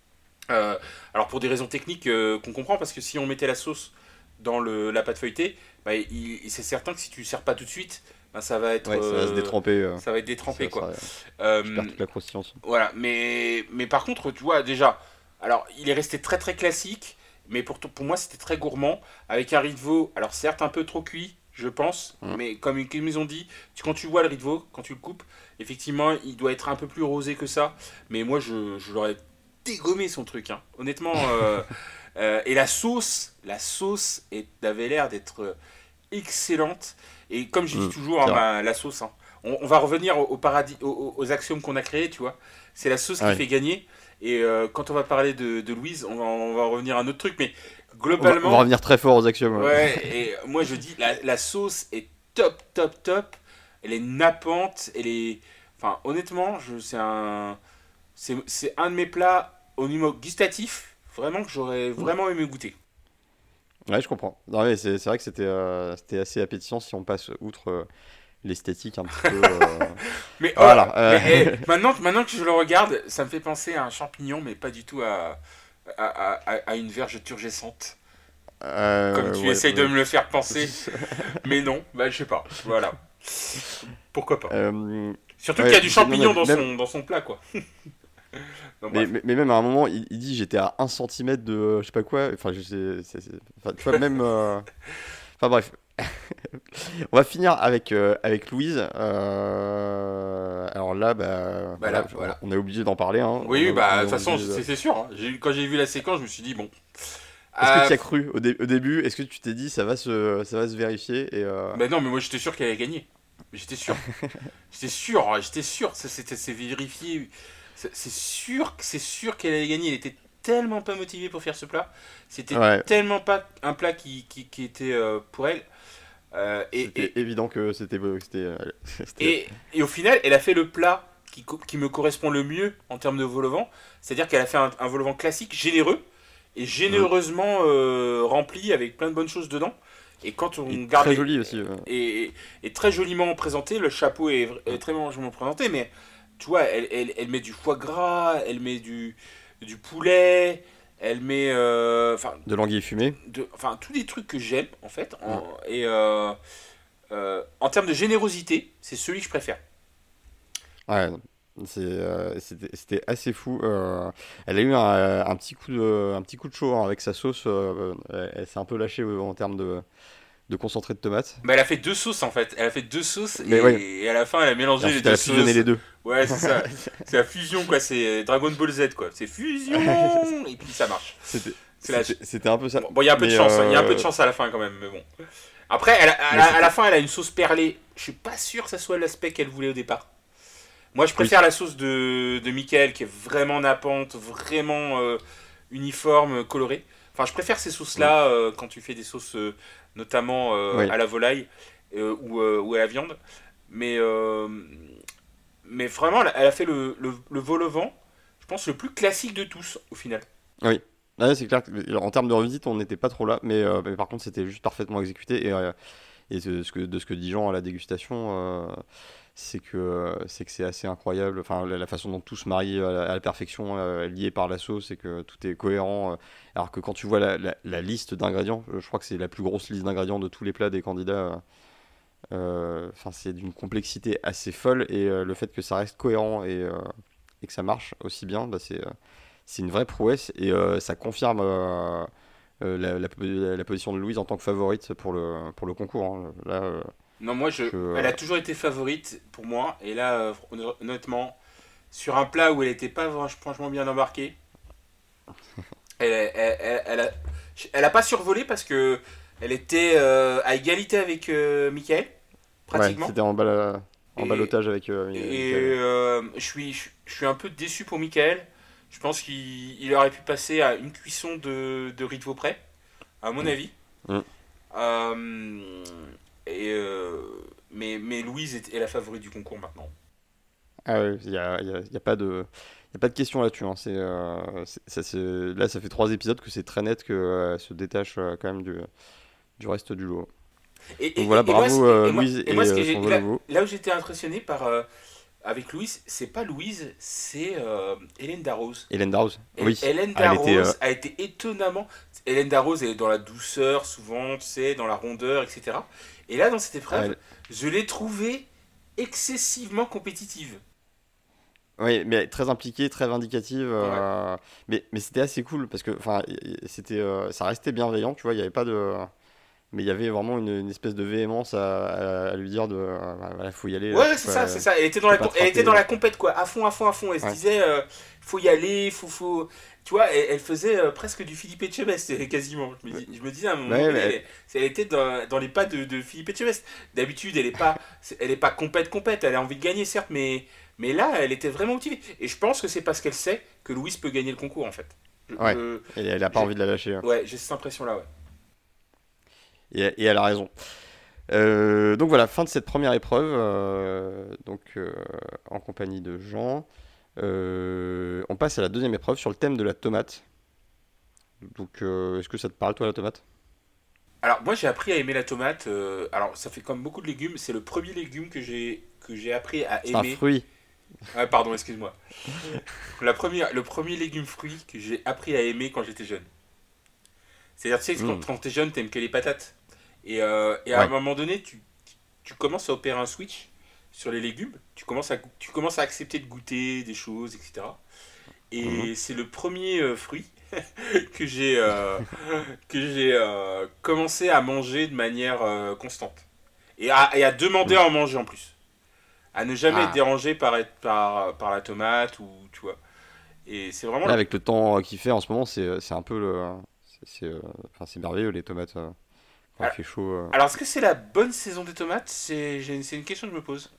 Euh, alors, pour des raisons techniques euh, qu'on comprend, parce que si on mettait la sauce dans le, la pâte feuilletée, bah, il, il- c'est certain que si tu ne sers pas tout de suite, bah, ça va être. Ouais, ça va se euh, détremper. euh, ça va être détrempé, ça- quoi. ça- Euh, Je perds toute la croustillance. voilà, mais, mais par contre, tu vois, déjà, alors il est resté très très classique, mais pour, pour moi c'était très gourmand, avec un riz de veau, alors certes un peu trop cuit, je pense, Mm. mais comme, comme ils ont dit, tu, quand tu vois le riz de veau, quand tu le coupes, effectivement il doit être un peu plus rosé que ça, mais moi je, je l'aurais dégommé son truc, hein. Honnêtement. euh, euh, et la sauce, la sauce est- avait l'air d'être euh, excellente, et comme je dis Mm, toujours, hein, c'est vrai. bah, la sauce, hein, on, on va revenir au, au paradis, aux, aux axiomes qu'on a créés, tu vois. C'est la sauce qui Ouais. fait gagner. Et euh, quand on va parler de, de Louise, on va, on va revenir à un autre truc. Mais On va, globalement, on va revenir très fort aux axiomes. ouais. ouais, et moi je dis, la, la sauce est top, top, top. Elle est nappante. Elle est. Enfin, honnêtement, je, c'est un. C'est, c'est un de mes plats au niveau gustatif, vraiment que j'aurais vraiment aimé goûter. Ouais, je comprends. Non, mais c'est c'est vrai que c'était euh, c'était assez appétissant si on passe outre euh, l'esthétique un petit peu. euh, Mais, Voilà, oh, euh. mais, eh, maintenant, maintenant que je le regarde, ça me fait penser à un champignon, mais pas du tout à, à, à, à une verge turgescente. euh, Comme tu ouais, essayes de ouais. me le faire penser. Mais non, bah je sais pas. Voilà. Pourquoi pas. Euh, Surtout ouais, qu'il y a du c'est- non, champignon mais dans, même- son, dans son plat, quoi. Non, mais, bref. mais, mais même à un moment, il, il dit j'étais à un centimètre de euh, je sais pas quoi. Enfin, je sais, c'est- c'est- enfin, tu vois, même. euh, Enfin, bref. On va finir avec, euh, avec Louise. Euh, Alors là, bah, Bah là, voilà, voilà. on est obligé d'en parler. Hein. Oui, On est- bah on de est toute façon, obligé de- c'est c'est sûr. Hein. J'ai- Quand j'ai vu la séquence, je me suis dit, bon. Est-ce que Ah, tu y as cru au, dé- au début? Est-ce que tu t'es dit ça va se, ça va se vérifier et euh, bah non, mais moi j'étais sûr qu'elle allait gagner. J'étais sûr. J'étais sûr, hein, j'étais sûr. Ça, c'était, c'est vérifié. C'est c'est sûr, que- c'est sûr qu'elle allait gagner. Elle était tellement pas motivée pour faire ce plat. C'était Ouais, tellement pas un plat qui, qui, qui était euh, pour elle. Euh, et, c'était et, évident que c'était. que c'était, euh, c'était- et, et au final, elle a fait le plat qui, co- qui me correspond le mieux en termes de vol-au-vent. C'est-à-dire qu'elle a fait un, un vol-au-vent classique, généreux, et généreusement euh, rempli avec plein de bonnes choses dedans. Et quand on et garde très les- joli aussi. euh. et, et- et très joliment présenté, le chapeau est, vr- est très joliment présenté, mais tu vois, elle, elle, elle met du foie gras, elle met du, du poulet, elle met euh, enfin De l'anguille fumée. de- enfin, tous des trucs que j'aime en fait. En- et euh, euh, en termes de générosité, c'est celui que je préfère. Ouais, non. C'est, euh, c'était, c'était assez fou. euh. Elle a eu un, un petit coup de, un petit coup de chaud hein, avec sa sauce. euh, elle, elle s'est un peu lâchée euh, en termes de, de concentré de tomate. Mais elle a fait deux sauces en fait. Elle a fait deux sauces Mais et, ouais. et à la fin elle a Et mélangé les ensuite, deux elle a sauces. fusionné les deux. Ouais, c'est ça. C'est la fusion quoi. C'est Dragon Ball Z quoi. C'est fusion et puis ça marche. C'était, C'est la... C'était, c'était un peu ça. Bon, il y a un peu Mais de chance, il euh... y a un peu de chance à la fin quand même, mais bon. Après, elle, elle, à la fin, elle a une sauce perlée. Je suis pas sûr que ça soit l'aspect qu'elle voulait au départ. Moi, je préfère oui. la sauce de, de Michael, qui est vraiment nappante, vraiment euh, uniforme, colorée. Enfin, je préfère ces sauces-là oui. euh, quand tu fais des sauces, euh, notamment euh, oui. à la volaille euh, ou, euh, ou à la viande. Mais, euh, mais vraiment, elle a fait le, le, le vol au vent, je pense, le plus classique de tous, au final. Oui. Ouais, c'est clair qu'en termes de revisite, on n'était pas trop là, mais, euh, mais par contre, c'était juste parfaitement exécuté. Et, euh, et de, ce que, de ce que dit Jean à la dégustation, euh, c'est que c'est que c'est assez incroyable. Enfin, la, la façon dont tout se marie à la, à la perfection, euh, lié par la sauce, et que tout est cohérent. Euh, alors que quand tu vois la, la, la liste d'ingrédients, je crois que c'est la plus grosse liste d'ingrédients de tous les plats des candidats. Euh, enfin, c'est d'une complexité assez folle, et euh, le fait que ça reste cohérent et, euh, et que ça marche aussi bien, bah, c'est euh, c'est une vraie prouesse, et euh, ça confirme euh, euh, la, la, la position de Louise en tant que favorite pour le, pour le concours. Hein. Là, euh, non, moi, je, je, elle a toujours été favorite pour moi, et là, euh, honnêtement, sur un plat où elle n'était pas franchement bien embarquée, elle, elle, elle, elle, a, elle a pas survolé parce que elle était euh, à égalité avec euh, Michael, pratiquement. Ouais, c'était en, bala, en et, balotage avec euh, Michael. Et euh, je, suis, je, je suis un peu déçu pour Michael. Je pense qu'il il aurait pu passer à une cuisson de, de riz de veau près, à mon mmh. avis. Mmh. Euh, et, euh, mais, mais Louise est, est la favorite du concours maintenant. Ah oui, il n'y a, y a, y a pas de... Il n'y a pas de question là-dessus. Hein. C'est, euh, c'est, ça, c'est... Là, ça fait trois épisodes que c'est très net qu'elle euh, se détache euh, quand même du, du reste du lot. Et, Donc et, voilà, et bravo moi, euh, et Louise et, moi, et j'ai, son là, vol là où j'étais impressionné par, euh, avec Louise, c'est pas Louise, c'est euh, Hélène Darroze. Hélène Darroze, oui. Hélène Darroze était, euh... a été étonnamment... Hélène Darroze est dans la douceur, souvent, tu sais, dans la rondeur, et cetera. Et là, dans cette épreuve, ah, je l'ai trouvée excessivement compétitive. Oui, mais très impliquée, très vindicative. Euh, ouais. mais, mais c'était assez cool parce que c'était, euh, ça restait bienveillant, tu vois, il n'y avait pas de... Mais il y avait vraiment une, une espèce de véhémence à, à, à lui dire de... Euh, voilà, faut y aller. Ouais, là, c'est ça, c'est ça. Elle était dans, la, elle était dans la compète, quoi, à fond, à fond, à fond. Elle ouais. se disait, euh, faut y aller, faut... faut... Tu vois, elle, elle faisait euh, presque du Philippe Etchebest, quasiment. Je me, dis, je me disais à un moment ouais, donné, elle, elle était dans, dans les pas de, de Philippe Etchebest. D'habitude, elle n'est pas, elle est pas compète, compète. Elle a envie de gagner, certes, mais... Mais là, elle était vraiment motivée. Et je pense que c'est parce qu'elle sait que Louise peut gagner le concours, en fait. Je, ouais, je, et elle n'a pas envie de la lâcher. Hein. Ouais, j'ai cette impression-là, ouais. Et, et elle a raison. Euh, donc voilà, fin de cette première épreuve, euh, donc, euh, en compagnie de Jean. Euh, on passe à la deuxième épreuve sur le thème de la tomate. Donc, euh, est-ce que ça te parle, toi, la tomate ? Alors, moi, j'ai appris à aimer la tomate. Euh, alors, ça fait comme beaucoup de légumes. C'est le premier légume que j'ai, que j'ai appris à aimer. C'est un fruit. Ah, pardon, excuse-moi. La première, le premier légume fruit que j'ai appris à aimer quand j'étais jeune. C'est-à-dire, tu sais, mmh. quand, quand t'es jeune, t'aimes que les patates. Et, euh, et à ouais. un moment donné, tu, tu commences à opérer un switch sur les légumes. Tu commences à, tu commences à accepter de goûter des choses, et cetera. Et mmh. c'est le premier euh, fruit que j'ai, euh, que j'ai euh, commencé à manger de manière euh, constante. Et à, et à demander mmh. à en manger en plus. À ne jamais ah. être dérangé par, être, par, par la tomate, ou tu vois. Et c'est vraiment... Là, avec le temps qu'il fait en ce moment, c'est, c'est un peu le... C'est, c'est, enfin, c'est merveilleux, les tomates, euh, quand alors, il fait chaud. Euh... Alors, est-ce que c'est la bonne saison des tomates ? c'est, j'ai, c'est une question que je me pose.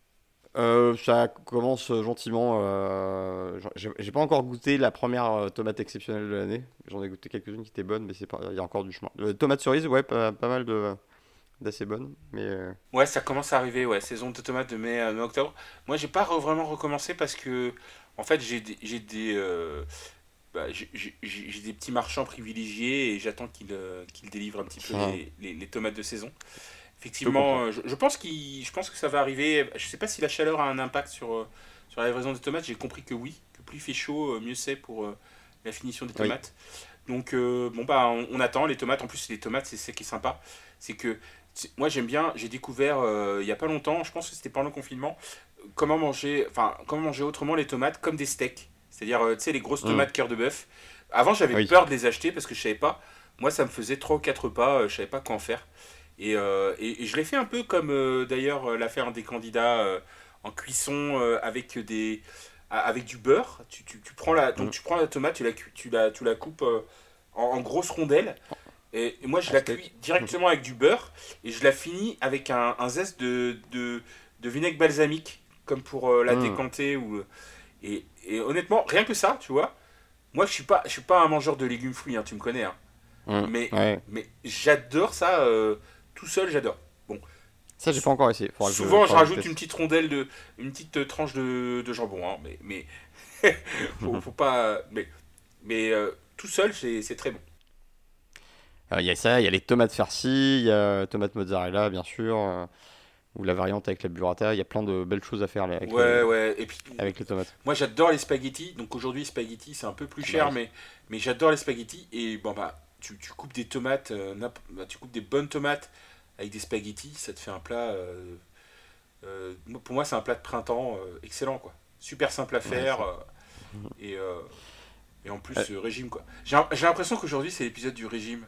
Euh, ça commence gentiment. Euh, j'ai, j'ai pas encore goûté la première tomate exceptionnelle de l'année. J'en ai goûté quelques-unes qui étaient bonnes, mais c'est pas, il y a encore du chemin. Euh, tomate cerise, ouais, pas, pas mal de... d'assez bonne, mais euh... ouais, ça commence à arriver, ouais, saison de tomates de mai à octobre. Moi, j'ai pas re- vraiment recommencé parce que, en fait, j'ai des, j'ai des, euh, bah, j'ai, j'ai, j'ai des petits marchands privilégiés et j'attends qu'ils, euh, qu'ils délivrent un petit peu ah. les, les, les tomates de saison. Effectivement, je, je pense qu'il, je pense que ça va arriver. Je sais pas si la chaleur a un impact sur euh, sur la livraison des tomates. J'ai compris que oui, que plus il fait chaud, mieux c'est pour euh, la finition des tomates. Oui. Donc euh, bon bah on, on attend les tomates. En plus, les tomates, c'est ça qui est sympa, c'est que moi j'aime bien, j'ai découvert euh, il y a pas longtemps, je pense que c'était pendant le confinement, comment manger, enfin comment manger autrement les tomates comme des steaks, c'est-à-dire euh, tu sais les grosses tomates mmh. cœur de bœuf. Avant j'avais oui. peur de les acheter parce que je savais pas, moi ça me faisait trois ou quatre repas, euh, je savais pas quoi en faire. Et, euh, et, et je l'ai fait un peu comme euh, d'ailleurs l'a fait un des candidats euh, en cuisson euh, avec des avec du beurre. Tu, tu, tu prends la donc mmh. tu prends la tomate, tu la tu la tu la coupes euh, en, en grosses rondelles. Et, et moi, je En la steak. cuis directement avec du beurre et je la finis avec un, un zeste de, de, de vinaigre balsamique, comme pour euh, la Hum, décanter. Ou, et, et honnêtement, rien que ça, tu vois, moi, je suis pas, je suis pas un mangeur de légumes fruits, hein, tu me connais. Hein. hum, Mais, ouais. mais j'adore ça, euh, tout seul, j'adore. Bon, Ça, j'ai pas encore essayé. Faudra que je, souvent, je faudra que je rajoute une teste. petite rondelle de, une petite euh, tranche de, de jambon, hein, mais, mais faut, faut pas, mais, mais euh, tout seul, c'est c'est très bon. Euh, Il y a ça, il y a les tomates farcies, il y a tomates mozzarella, bien sûr, euh, ou la variante avec la burrata. Il y a plein de belles choses à faire là, avec les, Ouais, ouais. Et puis, avec les tomates. moi, j'adore les spaghettis. Donc aujourd'hui, spaghettis, c'est un peu plus Ah bah cher, oui. mais, mais j'adore les spaghettis. Et bon, bah, tu, tu coupes des tomates, euh, n'imp- bah, tu coupes des bonnes tomates avec des spaghettis, ça te fait un plat. euh, euh, moi- pour moi, c'est un plat de printemps euh, excellent, quoi. Super simple à Ouais, faire c'est- euh, et, euh, et en Euh, plus, euh, régime, quoi. J'ai j'ai l'impression qu'aujourd'hui, c'est l'épisode du régime.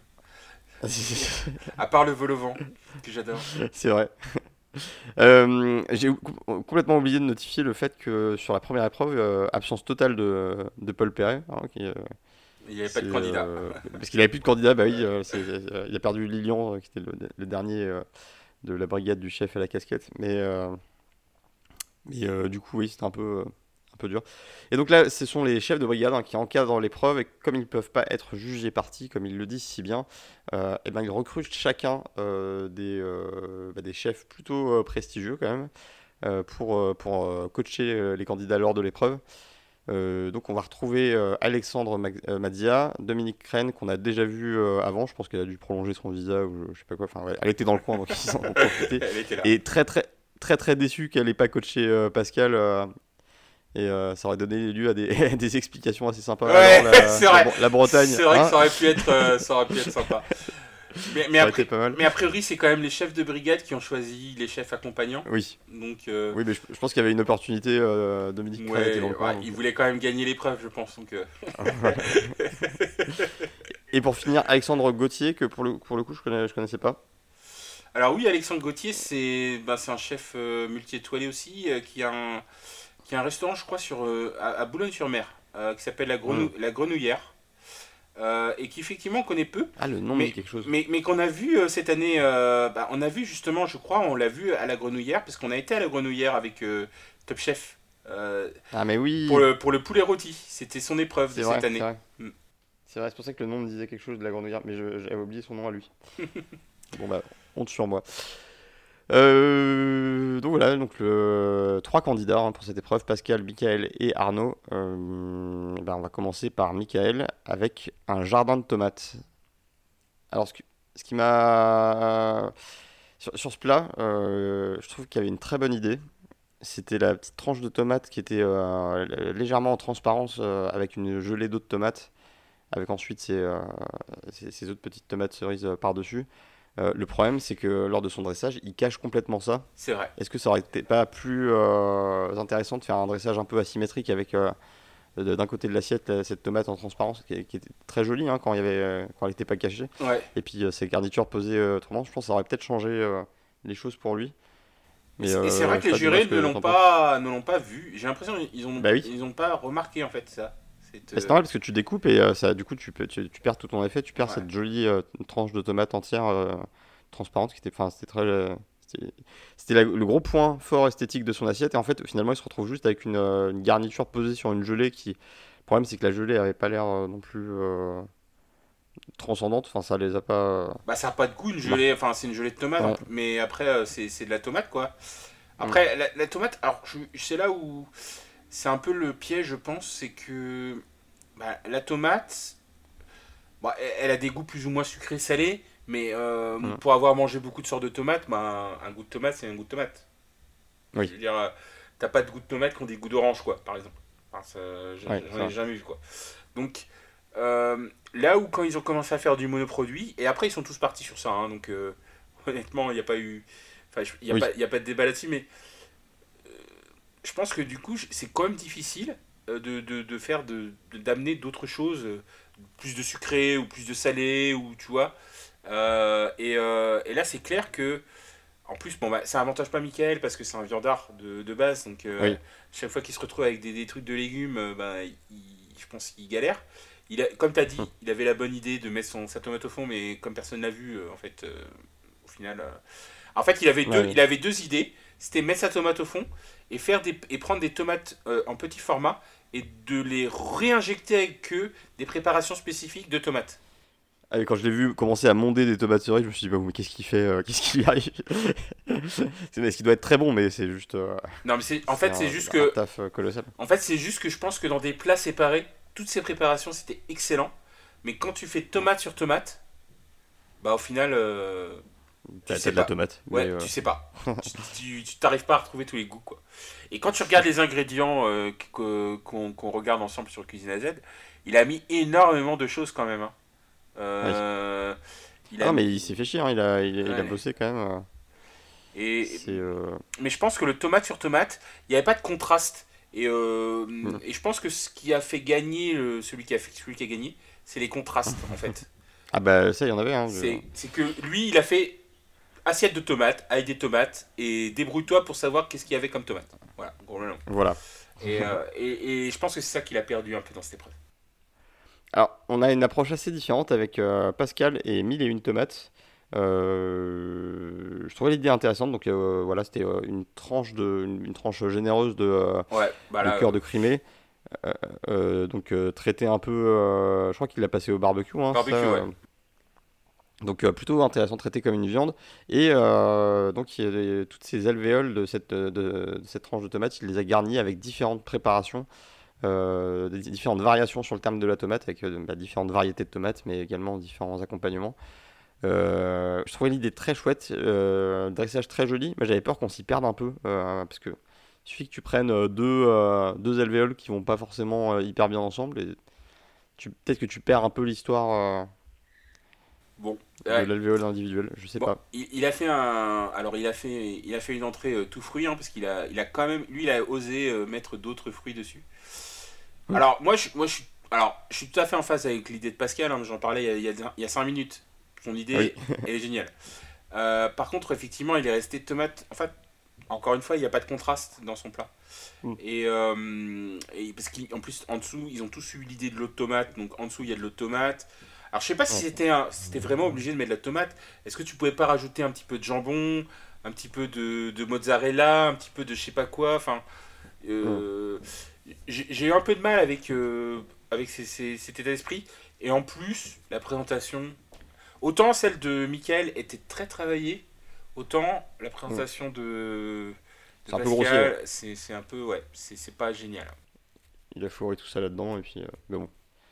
À part le vol au vent, que j'adore. C'est vrai. Euh, j'ai com- complètement oublié de notifier le fait que sur la première épreuve, euh, absence totale de, de Paul Perret, hein, qui, euh, Il n'y avait pas c'est, de candidat. euh, parce qu'il avait plus de candidat, bah oui, euh, c'est- euh, il a perdu Lilian, euh, qui était le, le dernier euh, de la brigade du chef à la casquette. Mais, euh, mais euh, du coup, oui, c'était un peu, euh, un peu dur. Et donc là, ce sont les chefs de brigade, hein, qui encadrent l'épreuve, et comme ils ne peuvent pas être jugés partis, comme ils le disent si bien, euh, et ben, ils recrutent chacun euh, des, euh, bah, des chefs plutôt euh, prestigieux quand même, euh, pour, euh, pour euh, coacher euh, les candidats lors de l'épreuve. Euh, donc on va retrouver euh, Alexandre Mag- euh, Madzia, Dominique Crène, qu'on a déjà vu euh, avant. Je pense qu'elle a dû prolonger son visa ou je, je sais pas quoi. Enfin, ouais, elle était dans le coin, donc ils en ont profité. Elle était là. Et très très très très déçu qu'elle n'ait pas coaché euh, Pascal. euh, et euh, ça aurait donné lieu à des, des explications assez sympas. Alors Ouais, la, c'est la, vrai. Bre- la Bretagne, C'est vrai que hein, ça aurait pu être, euh, ça aurait pu être sympa. Mais, mais, ça aurait été après, pas mal. mais a priori, c'est quand même les chefs de brigade qui ont choisi les chefs accompagnants. Oui, Donc, euh, oui, mais je, je pense qu'il y avait une opportunité. euh, Dominique Crène était dans ouais, le coin. ouais, Donc, ils voulaient quand même gagner l'épreuve, je pense. Donc, euh. euh, Et pour finir, Alexandre Gauthier, que pour le, pour le coup je connais, je connaissais pas. Alors oui, Alexandre Gauthier, c'est bah, c'est un chef euh, multi-étoilé aussi, euh, qui, a un, qui a un restaurant, je crois, sur, euh, à, à Boulogne-sur-Mer, euh, qui s'appelle la, Hmm. Grenou- la Grenouillère, euh, et qui effectivement on connaît peu, Ah, le nom me dit mais, quelque chose. mais, mais qu'on a vu euh, cette année, euh, bah, on a vu justement, je crois, on l'a vu à la Grenouillère, parce qu'on a été à la Grenouillère avec euh, Top Chef, euh, Ah, mais pour, oui, le, pour le poulet rôti. C'était son épreuve de c'est vrai, cette c'est année. vrai. Mm. C'est vrai, c'est pour ça que le nom me disait quelque chose de la grenouillère, mais je- j'avais oublié son nom à lui. Bon bah, honte sur moi. Euh, donc voilà, donc le... trois candidats hein, pour cette épreuve, Pascal, Michael et Arnaud. Euh, ben, on va commencer par Michael avec un jardin de tomates. Alors ce, qui ce qui m'a... Sur, sur ce plat, euh, je trouve qu'il y avait une très bonne idée. C'était la petite tranche de tomate qui était euh, légèrement en transparence euh, avec une gelée d'eau de tomate, avec ensuite ces, euh, ces, ces autres petites tomates cerises euh, par-dessus. Euh, le problème, c'est que lors de son dressage, il cache complètement ça. C'est vrai. Est-ce que ça aurait été pas plus euh, intéressant de faire un dressage un peu asymétrique avec euh, de- d'un côté de l'assiette la- cette tomate en transparence qui, qui était très jolie hein, quand, il y avait, euh, quand elle n'était pas cachée, Ouais. et puis euh, ces garnitures posées euh, autrement, je pense que ça aurait peut-être changé euh, les choses pour lui. Et Mais c'est et c'est vrai euh, je que sais les pas, dis-moi jurés ce ne que l'ont t'en penses. pas, ne l'ont pas vu. J'ai l'impression qu'ils ont, Bah oui. ils ont pas remarqué en fait ça. C'est, Bah, c'est euh, normal parce que tu découpes et euh, ça, du coup tu, peux, tu, tu perds tout ton effet, tu perds ouais. cette jolie euh, tranche de tomate entière euh, transparente qui était, enfin c'était très, euh, c'était c'était la- le gros point fort esthétique de son assiette et en fait finalement il se retrouve juste avec une, euh, une garniture posée sur une gelée qui, le problème c'est que la gelée avait pas l'air euh, non plus euh, transcendante, enfin ça les a pas euh, Bah ça a pas de goût une marqué. gelée, enfin c'est une gelée de tomate, en Ouais. plus. Mais après euh, c'est, c'est de la tomate quoi. Mm. Après la, la tomate, alors je, c'est là où c'est un peu le piège je pense, c'est que bah, la tomate, bah, elle, elle a des goûts plus ou moins sucrés salés, mais euh, Mm. pour avoir mangé beaucoup de sortes de tomates, bah, un goût de tomate c'est un goût de tomate. Je Oui, veux dire, euh, t'as pas de goût de tomate qui ont des goûts d'orange quoi, par exemple. Enfin, ça, ouais, j'en ai ça. jamais vu quoi. Donc, euh, là où quand ils ont commencé à faire du monoproduit, et après ils sont tous partis sur ça, hein, donc euh, honnêtement, il n'y a pas eu. Enfin, il n'y a, Oui, pas- y a pas de débat là-dessus, mais je pense que du coup, c'est quand même difficile euh, de, de, de faire, de, de- d'amener d'autres choses, euh, plus de sucré ou plus de salé, ou tu vois. Euh, et, euh, et là, c'est clair que. En plus, bon, bah, ça avantage pas Michael parce que c'est un viandard de, de base, donc euh, oui, chaque fois qu'il se retrouve avec des, des trucs de légumes, euh, bah, il, je pense qu'il galère. Il a, comme tu as dit, Hum. il avait la bonne idée de mettre son, sa tomate au fond, mais comme personne l'a vu, euh, en fait, euh, au final. euh, En fait, il avait Ouais, deux, ouais. il avait deux idées. C'était mettre sa tomate au fond et, faire des, et prendre des tomates euh, en petit format et de les réinjecter avec eux des préparations spécifiques de tomates. Ah, et quand je l'ai vu commencer à monder des tomates cerises, je me suis dit, bah, mais qu'est-ce qu'il fait euh, Qu'est-ce qu'il y arrive C'est est-ce qu'il doit être très bon, mais c'est juste, euh, Non, mais c'est, en c'est fait, c'est un, juste un que, taf euh, colossal. en fait, c'est juste que je pense que dans des plats séparés, toutes ces préparations c'était excellent. Mais quand tu fais tomate sur tomate, bah au final, euh, tu T'as t'as sais de la pas. tomate, mais Ouais, euh, tu sais pas. Tu tu- tu t'arrives pas à retrouver tous les goûts, quoi. Et quand tu regardes les ingrédients euh, que- qu'on qu'on regarde ensemble sur Cuisine à Z, il a mis énormément de choses quand même, hein. ouais. Euh, il Ah a non, mais mis. il s'est fait chier, hein, il a, il, a il a Ouais. bossé quand même. euh, Et, C'est. euh, mais je pense que le tomate sur tomate, il n'y avait pas de contraste. Et, euh, hmm. et je pense que ce qui a fait gagner euh, celui qui a fait celui qui a gagné, c'est les contrastes en fait. Ah bah ça, il y en avait, hein. je- C'est c'est que lui, il a fait assiette de tomates avec des tomates et débrouille-toi pour savoir qu'est-ce qu'il y avait comme tomate. Voilà, gros melon. Voilà. Et, euh, et, et je pense que c'est ça qu'il a perdu un peu dans cette épreuve. Alors, on a une approche assez différente avec euh, Pascal et mille et une tomates. Euh, je trouvais l'idée intéressante. Donc euh, voilà, c'était euh, une tranche de, une, une tranche généreuse de, euh, Ouais, bah de là, cœur euh, de Crimée. Euh, euh, donc euh, traité un peu, euh, je crois qu'il l'a passé au barbecue, hein, ça. barbecue, ouais. euh. Donc euh, plutôt intéressant, traité comme une viande. Et euh, donc il y a des- toutes ces alvéoles de cette, de, de cette tranche de tomate, il les a garnies avec différentes préparations, euh, des différentes variations sur le terme de la tomate, avec euh, bah, différentes variétés de tomates, mais également différents accompagnements. Euh, je trouvais l'idée très chouette, euh, dressage très joli, mais j'avais peur qu'on s'y perde un peu, euh, parce que il suffit que tu prennes euh, deux, euh, deux alvéoles qui vont pas forcément euh, hyper bien ensemble, et tu, peut-être que tu perds un peu l'histoire euh, Bon, de ouais. l'alvéole individuelle, je sais Bon, pas. il, il a fait un, alors il a fait, il a fait une entrée euh, tout fruit, hein, parce qu'il a, il a quand même, lui, il a osé euh, mettre d'autres fruits dessus. Hmm. Alors moi, je, moi, je suis, alors, je suis tout à fait en phase avec l'idée de Pascal. Hein, j'en parlais il y a, il y a, il y a cinq minutes. Son Oui. idée, elle est géniale. Euh, par contre, effectivement, il est resté tomate. En fait, encore une fois, il n'y a pas de contraste dans son plat. Hmm. Et, euh, et parce qu'en plus, en dessous, ils ont tous eu l'idée de l'eau de tomate. Donc en dessous, il y a de l'eau de tomate. Alors, je sais pas si Ouais. c'était un- si c'était vraiment obligé de mettre de la tomate. Est-ce que tu pouvais pas rajouter un petit peu de jambon, un petit peu de, de mozzarella, un petit peu de je sais pas quoi. Enfin, Hmm. euh, j'ai j'ai eu un peu de mal avec, euh, avec ces- ces- cet état d'esprit. Et en plus, la présentation, autant celle de Michael était très travaillée, autant la Hmm. présentation de, de C'est un peu grossier, ouais. Pascal, c'est c'est un peu, ouais, c'est c'est pas génial. Il a fourré tout ça là-dedans, et puis, euh, mais bon.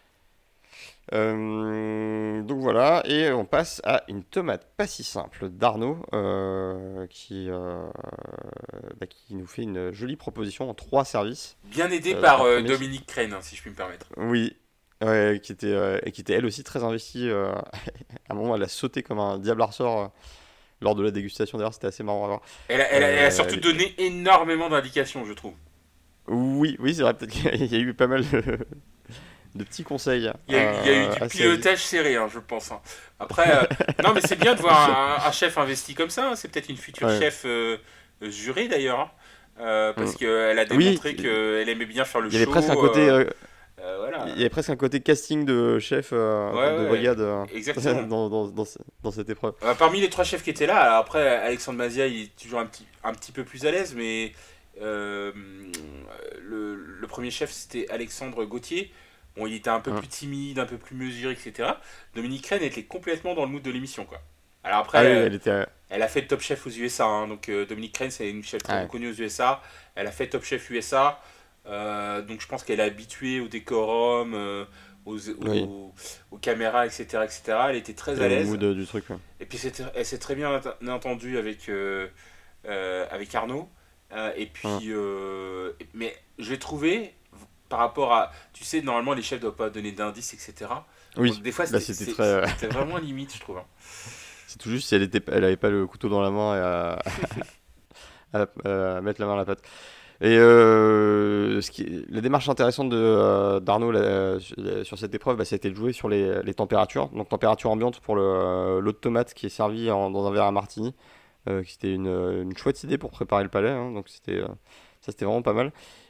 Euh, donc voilà, et on passe à une tomate pas si simple d'Arnaud, euh, qui, euh, bah, qui nous fait une jolie proposition en trois services. Bien aidé Euh, donc par un euh, premier, Dominique Crane, hein, si je puis me permettre. oui, ouais, qui était, euh, et qui était elle aussi très investie. euh, à un moment, elle a sauté comme un diable à ressort euh, lors de la dégustation. D'ailleurs, c'était assez marrant à voir. Elle a, elle a- elle a Euh, surtout elle- donné énormément d'indications, je trouve. oui, oui, c'est vrai, peut-être qu'il y a eu pas mal de, de petits conseils Il y a eu, il y a eu euh, du assez avisés. pilotage serré, hein, je pense, hein. Après, euh, non, mais c'est bien de voir un, un chef investi comme ça, hein. C'est peut-être une future Ouais. chef euh, euh, jurée d'ailleurs, hein. Euh, parce Mm. qu'elle a Oui, démontré qu'elle aimait bien faire le il y avait presque un show. côté, euh, euh, euh, il voilà. y avait presque un côté casting de chef Ouais, euh, de ouais, brigade euh, exactement. dans, dans, dans, ce- dans cette épreuve. Euh, parmi les trois chefs qui étaient là, alors après Alexandre Mazia il est toujours un petit, un petit peu plus à l'aise, mais euh, le, le premier chef c'était Alexandre Gauthier. Bon, il était un peu Mm. plus timide, un peu plus mesuré, et cetera. Dominique Rennes était complètement dans le mood de l'émission, quoi. Alors Ah après, oui, euh, elle était. euh, elle a fait Top Chef aux U S A, hein, donc euh, Dominique Rennes c'est une chef très ah ouais. reconnue aux U S A. Elle a fait Top Chef U S A, euh, donc je pense qu'elle est habituée au décorum, euh, aux, Oui, aux, aux caméras, et cetera, et cetera. Elle était très et à au l'aise. mood euh, du truc. Ouais. Et puis c'était- elle s'est très bien entendue avec, euh, euh, avec Arnaud. Euh, et Mm. puis, euh, mais je l'ai trouvé par rapport à, tu sais, normalement les chefs ne doivent pas donner d'indices, et cetera. Bon, Oui, des fois là c'était c'était c'est- très. euh, c'était vraiment limite, je trouve, hein. c'est tout juste si elle était, elle avait pas le couteau dans la main et à, à- à mettre la main à la pâte. Et euh, ce qui, la démarche intéressante de, euh, d'Arnaud là, sur sur cette épreuve, bah, ça a été de jouer sur les, les températures. Donc température ambiante pour le, euh, l'eau de tomate qui est servi en- dans un verre à martini. Euh, qui c'était une, une chouette idée pour préparer le palais, hein. Donc c'était, euh, ça c'était vraiment pas mal.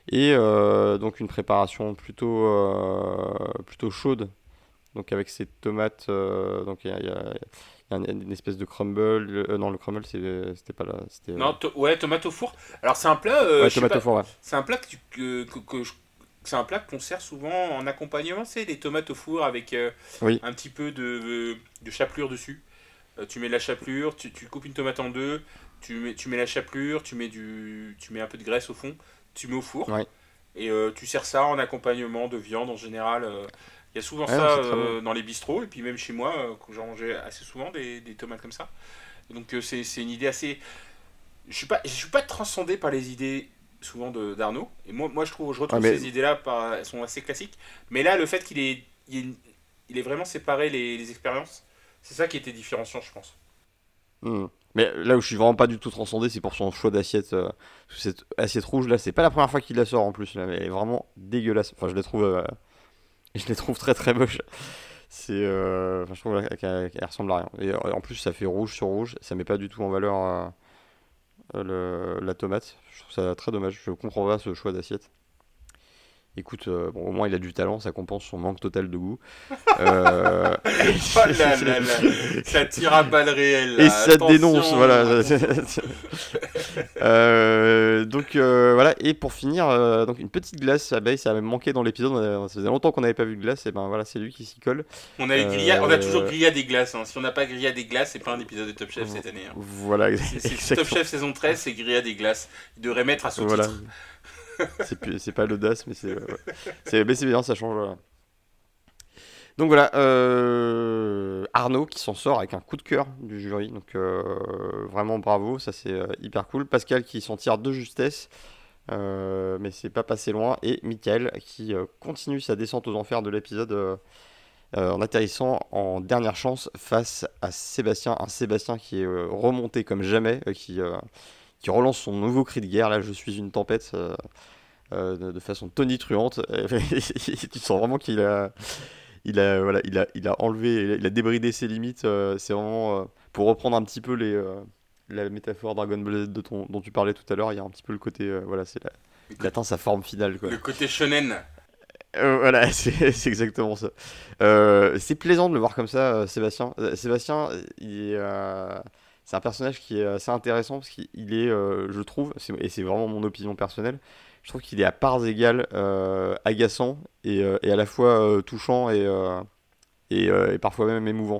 Et euh, donc une préparation plutôt, euh, plutôt chaude, donc avec ces tomates, euh, donc il y a, il y a- il y a une, une espèce de crumble, euh, non le crumble c'est- c'était pas là, c'était... euh, Non, to- ouais, tomate au four. Alors c'est un plat, euh, ouais, je sais tomate au pas, four, ouais. c'est un plat que, tu- que, que- que je- c'est un plat qu'on sert souvent en accompagnement, c'est des tomates au four avec euh, Oui, un petit peu de, de chapelure dessus. Euh, tu mets de la chapelure, tu, tu coupes une tomate en deux, tu mets, tu mets la chapelure, tu mets du, tu mets un peu de graisse au fond, tu mets au four ouais. et euh, tu sers ça en accompagnement de viande en général. euh, Il y a souvent Ouais, non, ça c'est très bon. euh, dans les bistrots et puis même chez moi, euh, quand j'en mangeais assez souvent des, des tomates comme ça. Donc euh, c'est c'est une idée assez, je suis pas, je suis pas transcendé par les idées souvent de d'Arnaud. Et moi, moi je trouve, je Ouais, retrouve mais ces idées-là, par, elles sont assez classiques. Mais là, le fait qu'il ait, il ait, il ait vraiment séparé les, les expériences, c'est ça qui était différenciant, je pense. hmm. Mais là où je suis vraiment pas du tout transcendé, c'est pour son choix d'assiette. euh, cette assiette rouge là, c'est pas la première fois qu'il la sort en plus là, mais elle est vraiment dégueulasse. Enfin, je la trouve, euh, je la trouve très très moche. C'est, euh, enfin, je trouve qu'elle qu'elle ressemble à rien. Et euh, en plus, ça fait rouge sur rouge, ça met pas du tout en valeur euh, le- la tomate. Je trouve ça très dommage. Je comprends pas ce choix d'assiette. Écoute, euh, bon, au moins il a du talent, ça compense son manque total de goût. Euh, Oh là là là, ça tire à balles réelles Et là, ça dénonce, attention, voilà. attention. Euh, donc euh, voilà, et pour finir, euh, donc une petite glace, ah bah, ça a même manqué dans l'épisode, on a- ça faisait longtemps qu'on n'avait pas vu de glace, et ben voilà, c'est lui qui s'y colle. On a, eu grilla, on a toujours Euh, grillé à des glaces. Hein. Si on n'a pas grillé à des glaces, c'est pas un épisode de Top Chef vo- cette année. Hein. voilà, C'est c'est Top exactement. Chef saison treize, c'est grillé à des glaces. Il devrait mettre à Voilà, sous-titre. c'est plus- c'est pas l'audace, mais c'est euh, ouais. c'est mais c'est bien, ça change. Voilà. Donc voilà, euh, Arnaud qui s'en sort avec un coup de cœur du jury, donc euh, vraiment bravo, ça c'est euh, hyper cool. Pascal qui s'en tire de justesse, euh, mais c'est pas passé loin. Et Michael qui euh, continue sa descente aux enfers de l'épisode euh, euh, en atterrissant en dernière chance face à Sébastien. Un Sébastien qui est euh, remonté comme jamais, euh, qui, euh, qui relance son nouveau cri de guerre. Là, je suis une tempête. euh, euh, de, de façon tonitruante. Tu sens vraiment qu'il a, il a, voilà, il a, il a enlevé, il a débridé ses limites. euh, c'est vraiment, euh, pour reprendre un petit peu les, euh, la métaphore Dragon Ball Z de ton, dont tu parlais tout à l'heure, il y a un petit peu le côté, euh, voilà, c'est la, Le, il co- atteint sa forme finale, quoi. le côté shonen. Euh, voilà, c'est c'est exactement ça. Euh, c'est plaisant de le voir comme ça, euh, Sébastien. Euh, Sébastien, il est, euh, c'est un personnage qui est assez intéressant parce qu'il il est, euh, je trouve, c'est- et c'est vraiment mon opinion personnelle, je trouve qu'il est à parts égales euh, agaçant et, euh, et à la fois euh, touchant et, euh, et, euh, et parfois même émouvant.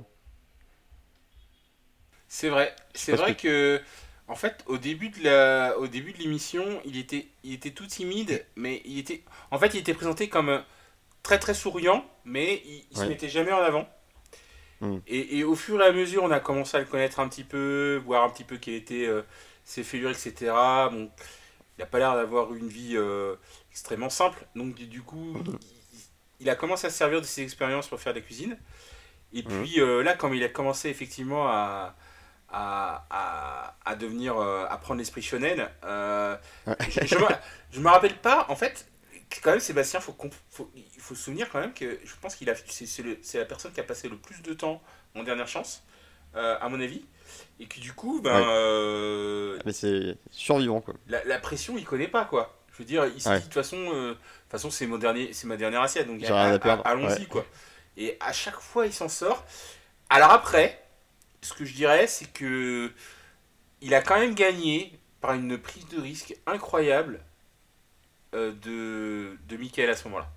C'est vrai. Je sais C'est pas ce que vrai tu... que, en fait, au début de la, au début de l'émission, il était, il était tout timide, mais il était, en fait, il était présenté comme euh, très très souriant, mais il, il se Ouais. mettait jamais en avant. Hmm. Et, et au fur et à mesure, on a commencé à le connaître un petit peu, voir un petit peu quelles étaient euh, ses fêlures, et cetera. Bon, il n'a pas l'air d'avoir une vie euh, extrêmement simple, donc du du coup, il, il a commencé à se servir de ses expériences pour faire de la cuisine. Et Mhm. puis euh, là, quand il a commencé effectivement à, à, à, à devenir, euh, à prendre l'esprit shonen, euh, Ouais. je, je, me, je me rappelle pas, en fait, quand même, Sébastien, faut qu'on- faut, il faut se souvenir quand même que je pense qu'il a, c'est, c'est, le- c'est la personne qui a passé le plus de temps en dernière chance, euh, à mon avis, et que du coup, ben, Ouais. euh, Mais c'est survivant, quoi. la, la pression, il connaît pas, quoi. Je veux dire, il se dit, Ouais. de toute façon, euh, de toute façon c'est, mon dernier, c'est ma dernière assiette, donc J'ai à- rien à à- perdre. Ouais. allons-y, quoi. Et à chaque fois, il s'en sort. Alors après, ce que je dirais, c'est que il a quand même gagné par une prise de risque incroyable euh, de, de Michael à ce moment-là.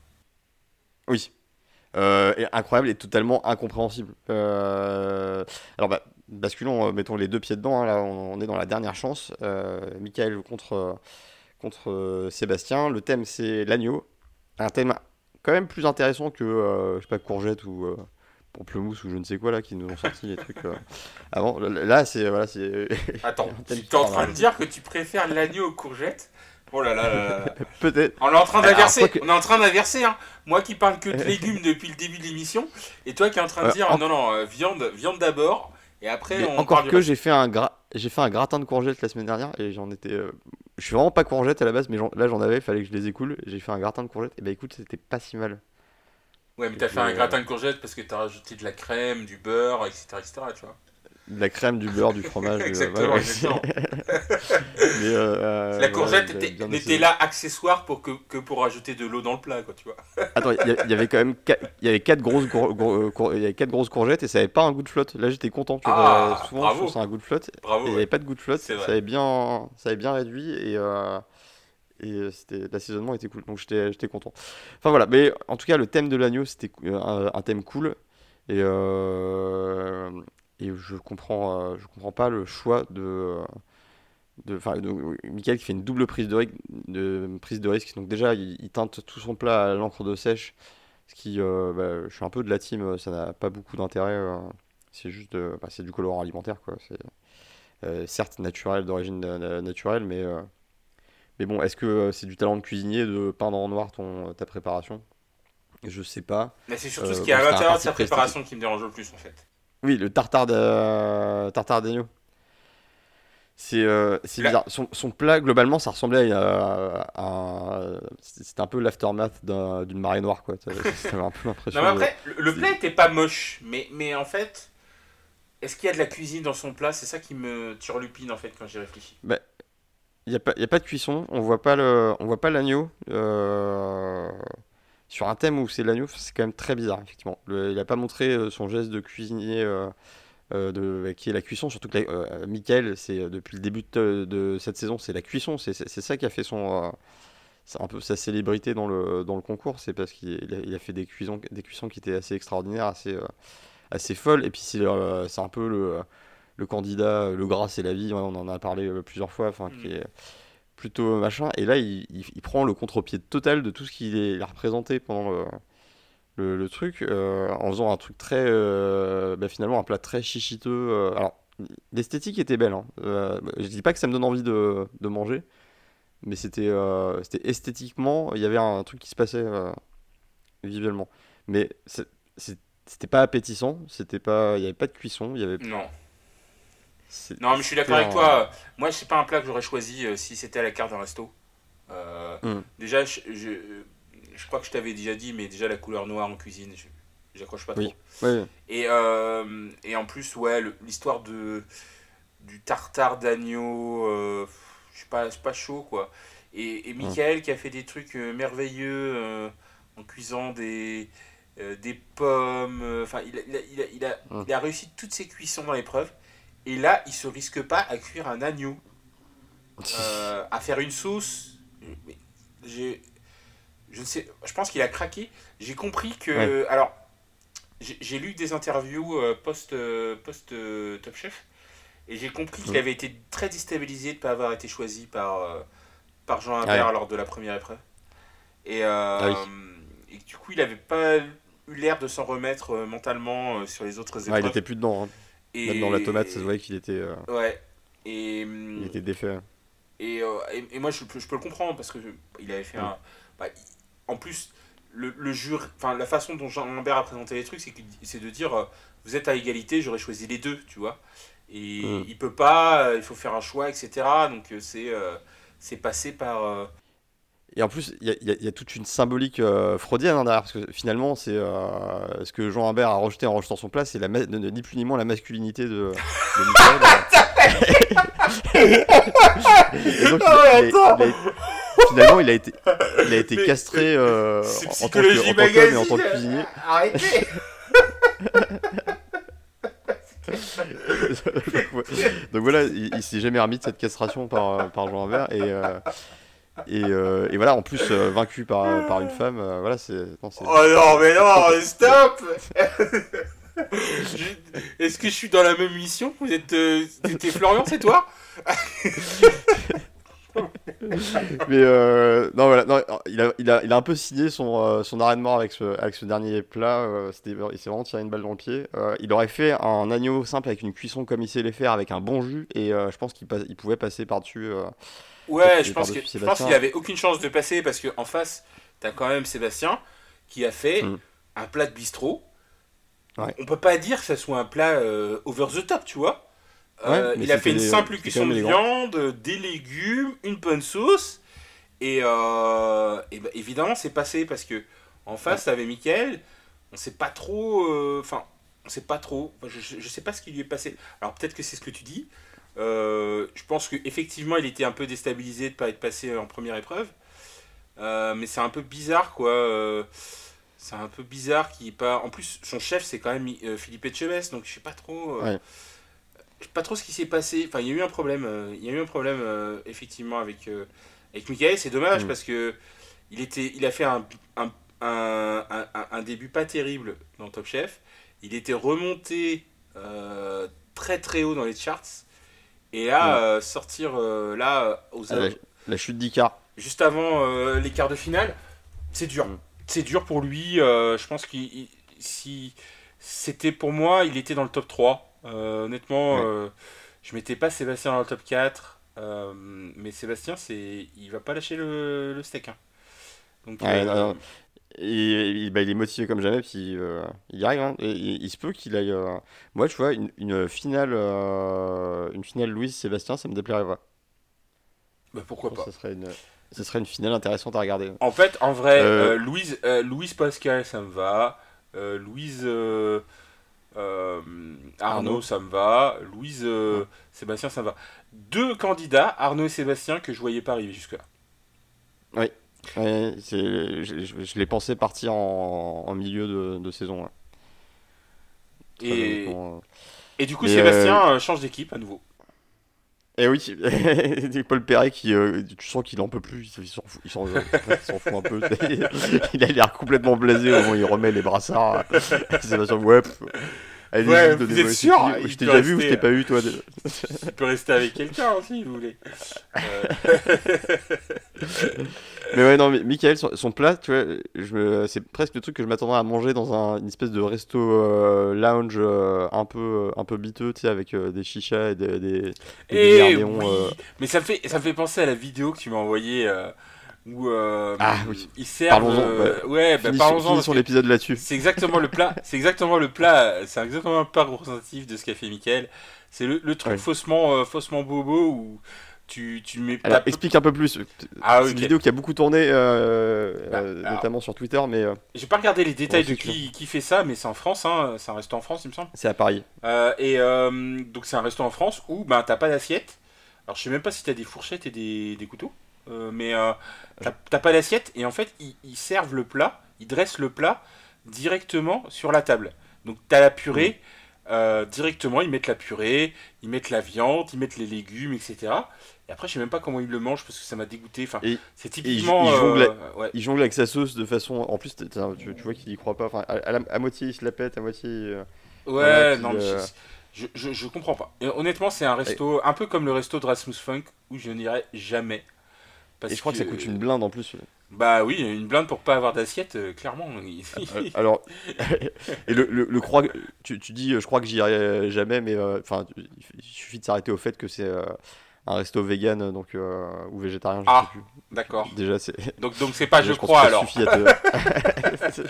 Oui. Euh, et incroyable et totalement incompréhensible. Euh, alors, bah, basculons, euh, mettons les deux pieds dedans, hein, là, on, on est dans la dernière chance. Euh, Michael contre, euh, contre euh, Sébastien. Le thème, c'est l'agneau. Un thème quand même plus intéressant que, euh, je sais pas, courgette ou euh, pamplemousse ou je ne sais quoi, là, qui nous ont sorti les trucs euh, avant. Là, c'est voilà, c'est Attends, un tu thème qui es en parle. train Hein. de dire que tu préfères l'agneau aux courgettes? Oh là là là là là. Peut-être. On est en train Alors, quoi d'inverser, que. on est en train d'inverser, hein. Moi qui parle que de légumes depuis le début de l'émission, et toi qui es en train de euh, dire en- non non euh, viande viande d'abord, et après Mais on parle encore du que reste. j'ai fait un gra- j'ai fait un gratin de courgettes la semaine dernière et j'en étais. euh, Je suis vraiment pas courgette à la base, mais j'en- là j'en avais, il fallait que je les écoule. J'ai fait un gratin de courgettes et bah écoute, c'était pas si mal. Ouais, mais t'as Donc, fait un euh, gratin de courgettes parce que t'as rajouté de la crème, du beurre, et cetera et cetera. Tu vois. de la crème, du beurre, du fromage. Exactement, du, exactement. Mais, euh, La courgette ouais, était, n'était là accessoire pour que, que pour ajouter de l'eau dans le plat, quoi, tu vois. Attends, il y, y avait quand même quatre, il y avait quatre grosses, gros, gros, cour, il y avait quatre grosses courgettes et ça avait pas un goût de flotte. Là, j'étais content. Tu vois, Ah, souvent, bravo. je trouve un goût de flotte. Bravo, Et il n'y ouais. avait pas de goût de flotte. C'est Ça vrai. avait bien, ça avait bien réduit et, euh, et c'était, l'assaisonnement était cool. Donc j'étais, j'étais content. Enfin voilà. Mais en tout cas, le thème de l'agneau, c'était un, un thème cool. Et, euh, et je comprends, euh, je comprends pas le choix de. De, enfin, de, Michael qui fait une double prise de, ri- de, prise de risque. Donc déjà, il, il teinte tout son plat à l'encre de sèche. Ce qui, euh, bah, je suis un peu de la team, euh, ça n'a pas beaucoup d'intérêt. euh, c'est juste, de- bah, c'est du colorant alimentaire, quoi. C'est euh, certes naturel, d'origine euh, naturelle, mais, euh, mais bon, est-ce que euh, c'est du talent de cuisinier de peindre en noir ton, ta préparation? Je sais pas. Mais c'est surtout ce Euh, qui est bon, à c'était un l'intérieur de parti sa pris esthétique. préparation qui me dérange le plus, en fait. Oui, le tartare de, tartare d'agneau. C'est euh, c'est Là, bizarre. Son, son plat, globalement, ça ressemblait à, à un. C'était un peu l'aftermath d'un- d'une marée noire, quoi. T'avais un peu non, l'impression mais de. après, le, le plat était pas moche, mais, mais en fait, est-ce qu'il y a de la cuisine dans son plat? C'est ça qui me turlupine, en fait, quand j'y réfléchis. Bah, il y a pas, y a pas de cuisson. On voit pas le, on voit pas l'agneau. euh, Sur un thème où c'est l'agneau, c'est quand même très bizarre, effectivement. Le- il a pas montré euh, son geste de cuisinier, euh, euh, de, qui est la cuisson. Surtout que la- euh, Michael, c'est euh, depuis le début de, de cette saison, c'est la cuisson. C'est c'est- c'est ça qui a fait son. euh, c'est un peu sa célébrité dans le, dans le concours, c'est parce qu'il il a, il a fait des cuissons, des cuissons qui étaient assez extraordinaires, assez, euh, assez folles. Et puis c'est euh, c'est un peu le, le candidat, euh, le gras c'est la vie, ouais, on en a parlé euh, plusieurs fois, enfin, qui Hmm. est plutôt machin. Et là, il, il- il prend le contre-pied total de tout ce qu'il est- il a représenté pendant le, le, le truc, euh, en faisant un truc très, euh, bah, finalement, un plat très chichiteux. euh. Alors, l'esthétique était belle, hein. Euh, je dis pas que ça me donne envie de, de manger, mais c'était euh, c'était esthétiquement, il y avait un truc qui se passait euh, visuellement. Mais c'est- c'est- c'était pas appétissant, c'était pas, il y avait pas de cuisson, il y avait, Non. c'est- Non, mais je suis c'était d'accord avec un. toi. Moi, c'est pas un plat que j'aurais choisi euh, si c'était à la carte d'un resto. Euh, Hmm. déjà, je, je, je crois que je t'avais déjà dit, mais déjà, la couleur noire en cuisine, je- j'accroche pas trop. Oui, oui, Et, euh, et en plus, ouais, le- l'histoire de, du tartare d'agneau, euh, je suis pas, je suis pas chaud, quoi. Et, et hmm, Michael qui a fait des trucs euh, merveilleux euh, en cuisant des, euh, des pommes. euh, Enfin, il, a, il, a, il, a, il, a, hmm. il a réussi toutes ses cuissons dans l'épreuve. Et là, il se risque pas à cuire un agneau, euh, à faire une sauce. Mais j'ai, je ne sais, je pense qu'il a craqué. J'ai compris Ouais. que, alors, j'ai j'ai lu des interviews euh, post, euh, post euh, Top Chef et j'ai compris qu'il Hmm. avait été très déstabilisé de ne pas avoir été choisi par, euh, par Jean Ah ouais. Imbert lors de la première épreuve. Et, Ah oui. euh, et du coup, il n'avait pas eu l'air de s'en remettre euh, mentalement euh, sur les autres Ouais, il épreuves. était plus dedans, hein. Même dans la tomate, ça se Et voyait qu'il était, euh, ouais. Et, il était défait. et, euh, et, et moi, je, peux- je peux le comprendre parce que je- il avait fait Hmm. un. Bah, il- en plus, le, le jure, enfin la façon dont Jean Lambert a présenté les trucs, c'est qu'il- c'est de dire euh, vous êtes à égalité, j'aurais choisi les deux, tu vois. Et Hmm. il peut pas, euh, il faut faire un choix, et cetera. Donc euh, c'est euh, c'est passé par. euh, Et en plus, il y a, il y a- il y a toute une symbolique euh, freudienne, hein, derrière, parce que finalement, c'est euh, ce que Jean Humbert a rejeté en rejetant son plat, c'est la ma- de- ni plus ni moins la masculinité de, de Michael. Et donc, il, Ah a- ouais, il a- attends. il a- finalement, il a été, il a été Mais castré euh, c'est en, en tant que, Psychologie en tant qu'homme et en tant que Magazine. cuisinier. Arrêtez. Donc voilà, il, il s'est jamais remis de cette castration par, euh, par Jean Humbert. Et, euh, et, euh, et voilà, en plus, euh, vaincu par, par une femme, euh, voilà, c'est non, c'est- Oh non, mais non, c'est- stop. Je- Est-ce que je suis dans la même mission? Vous êtes, euh, t'es Florian, c'est toi? Mais euh, non, voilà, non, il a, il a, il a un peu signé son, euh, son arrêt de mort avec ce, avec ce dernier plat. euh, c'était, il s'est vraiment tiré une balle dans le pied. Euh, il aurait fait un agneau simple avec une cuisson comme il sait les faire, avec un bon jus, et euh, je pense qu'il passe- il pouvait passer par-dessus, euh, Ouais, je passer pense que par-dessus je pense qu'il Sébastien. avait aucune chance de passer parce que en face, t'as quand même Sébastien qui a fait Hmm. un plat de bistrot. Ouais. On peut pas dire que ça soit un plat euh, over the top, tu vois. Ouais, Euh, mais il a fait une c'était, simple c'était quand cuisson même de élégant. viande, des légumes, une bonne sauce. Et, euh, et bah, évidemment, c'est passé parce que en Ouais. face, avec Mickaël, on sait pas trop. Enfin, on sait pas trop. Enfin, je, je sais pas ce qui lui est passé. Alors peut-être que c'est ce que tu dis. Euh, je pense qu'effectivement, il était un peu déstabilisé de ne pas être passé en première épreuve. Euh, mais c'est un peu bizarre, quoi. Euh, c'est un peu bizarre qu'il pas. En plus, son chef, c'est quand même euh, Philippe Etchebest, donc je sais pas trop. Euh, Ouais. je sais pas trop ce qui s'est passé. Enfin, il y a eu un problème. euh, Il y a eu un problème euh, effectivement avec euh, avec Michael. C'est dommage Mm. parce que il était, il a fait un un, un, un, un début pas terrible dans Top Chef. Il était remonté euh, très très haut dans les charts. Et là, Mm. euh, sortir euh, là aux Ah, la, la chute d'Icar. juste avant euh, les quarts de finale, c'est dur. Mm. C'est dur pour lui. euh, je pense qu'il il- si c'était pour moi, il était dans le top trois. Euh, honnêtement, Ouais. euh, je mettais pas Sébastien dans le top quatre. euh, mais Sébastien, c'est, il va pas lâcher le, le steak, hein. Donc, Ouais, non, euh, non. Et, et, bah, il est motivé comme jamais, puis euh, il y arrive. Hein. Et, il, il se peut qu'il aille. euh, Moi, tu vois, une, une finale, euh, une finale Louise-Sébastien, ça me déplairait pas. bah, Je pourquoi pense que pas. ça serait une, ça serait une finale intéressante à regarder. En fait, en vrai, Euh, euh, Louise, euh, Louise Pascal, ça me va. Euh, Louise euh, euh, Arnaud, Arnaud. ça me va. Louise Ouais. euh, Sébastien, ça me va. Deux candidats, Arnaud et Sébastien, que je voyais pas arriver jusque-là. Oui. Ouais, c'est, je, je- je l'ai pensé partir en, en milieu de, de saison, ouais. Très Et, honnêtement. euh. et du coup, Mais euh, Sébastien euh, change d'équipe à nouveau. eh oui, Paul Perret qui, euh, tu sens qu'il en peut plus, il s'en fout, il s'en, il s'en fout un peu. Il a l'air complètement blasé au moment où il remet les brassards. C'est pas sûr, ouais, pff, Ouais, allez-y, vous êtes donnez-moi sûr? c'est qui. Il Je t'ai peut déjà vu ou je rester, t'ai pas eu, toi? il peut rester avec quelqu'un aussi, si vous voulez. Euh, Mais ouais, non, mais Michael, son, son plat, tu vois, je me, c'est presque le truc que je m'attendrais à manger dans un, une espèce de resto euh, lounge euh, un peu, un peu biteux, tu sais, avec euh, des chichas et des, des, des lumières Et néon. euh. oui, mais ça me fait, ça me fait penser à la vidéo que tu m'as envoyée euh, où euh, Ah oui, ils servent. parlons-en. Bah, euh, ouais, bah finissons, parlons-en parce finissons que l'épisode là-dessus. c'est exactement le plat. C'est exactement le plat. C'est exactement un plat représentatif de ce qu'a fait Mickaël. C'est le, le truc Ouais. faussement, euh, faussement bobo où tu, tu mets. Alors, t'as peu- explique un peu plus. Ah C'est une ok. vidéo qui a beaucoup tourné, euh, Bah, euh, alors, notamment sur Twitter, mais euh, j'ai pas regardé les pour détails de ceux qui l'ont- qui, qui fait ça, mais c'est en France. Hein, c'est un resto en France, il me semble. c'est à Paris. Euh, et euh, donc c'est un resto en France où bah, t'as pas d'assiette. Alors je sais même pas si t'as des fourchettes et des, des couteaux. Euh, mais euh, t'as t'as pas d'assiette et en fait ils, ils servent le plat, ils dressent le plat directement sur la table. Donc t'as la Mm. purée, euh, directement ils mettent la purée, ils mettent la viande, ils mettent les légumes, et cetera. Et après je sais même pas comment ils le mangent parce que ça m'a dégoûté. Enfin, Et, c'est et il, typiquement... il jongle, euh, ouais. il jongle avec sa sauce de façon. En plus, t'es- t'es un- tu, tu vois qu'il y croit pas. Enfin, à, à la- à moitié il se la pète, à moitié. euh, voilà, Ouais, puis. non mais euh, je, je, je, je comprends pas. Et honnêtement c'est un et, resto un peu comme le resto de Rasmus Funk où je n'irai jamais. et Parce je crois que... que ça coûte une blinde en plus. Bah oui, une blinde pour pas avoir d'assiette, euh, clairement. Euh, Alors, et le, le, le croix, tu, tu dis, euh, je crois que j'irai jamais, mais euh, enfin, il il suffit de s'arrêter au fait que c'est euh, un resto vegan, donc euh, ou végétarien, je sais Ah, plus. d'accord. Déjà, c'est. Donc donc c'est pas Déjà, je je pense crois que ça alors. suffit à te.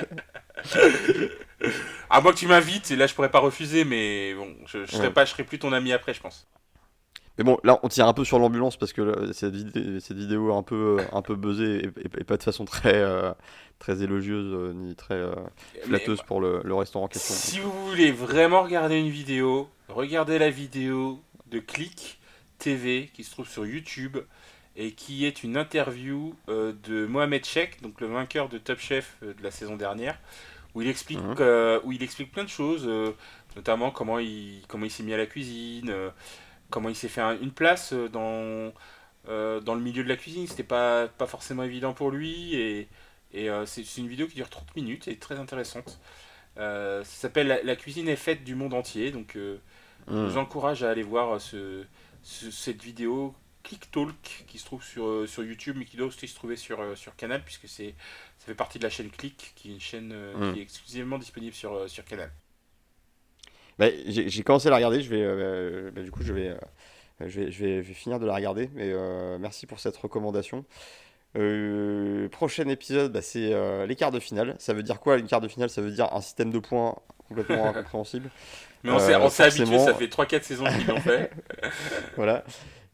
À moins que tu m'invites, et là je pourrais pas refuser, mais bon, je, je serai Ouais. pas, je serai plus ton ami après, je pense. Mais bon, là, on tire un peu sur l'ambulance parce que là, cette, vidé- cette vidéo un peu, un peu buzzée et, et- et pas de façon très, euh, très élogieuse euh, ni très euh, Mais flatteuse pour le, le restaurant en question. si vous voulez vraiment regarder une vidéo, regardez la vidéo de Click T V qui se trouve sur YouTube et qui est une interview euh, de Mohamed Chek, donc le vainqueur de Top Chef euh, de la saison dernière, où il explique, Mhm. euh, où il explique plein de choses, euh, notamment comment il, comment il s'est mis à la cuisine, euh, comment il s'est fait un- une place euh, dans, euh, dans le milieu de la cuisine. C'était pas, pas forcément évident pour lui et, et euh, c'est c'est une vidéo qui dure trente minutes et très intéressante. Euh, ça s'appelle la, la cuisine est faite du monde entier, donc euh, je vous Mhm. encourage à aller voir ce, ce- cette vidéo Click Talk qui se trouve sur, euh, sur YouTube mais qui doit aussi se trouver sur, euh, sur Canal puisque c'est, ça fait partie de la chaîne Click qui est une chaîne euh, Mhm. qui est exclusivement disponible sur, euh, sur Canal. Bah, j'ai j'ai commencé à la regarder, je vais, euh, bah, du coup, je vais, euh, je vais, je vais, je vais finir de la regarder. Mais euh, merci pour cette recommandation. Euh, prochain épisode, bah, c'est euh, les quarts de finale. Ça veut dire quoi, les quarts de finale? Ça veut dire un système de points complètement incompréhensible. Mais on s'est, Euh, on s'est habitué, forcément, ça fait trois quatre saisons qu'ils l'ont fait. voilà.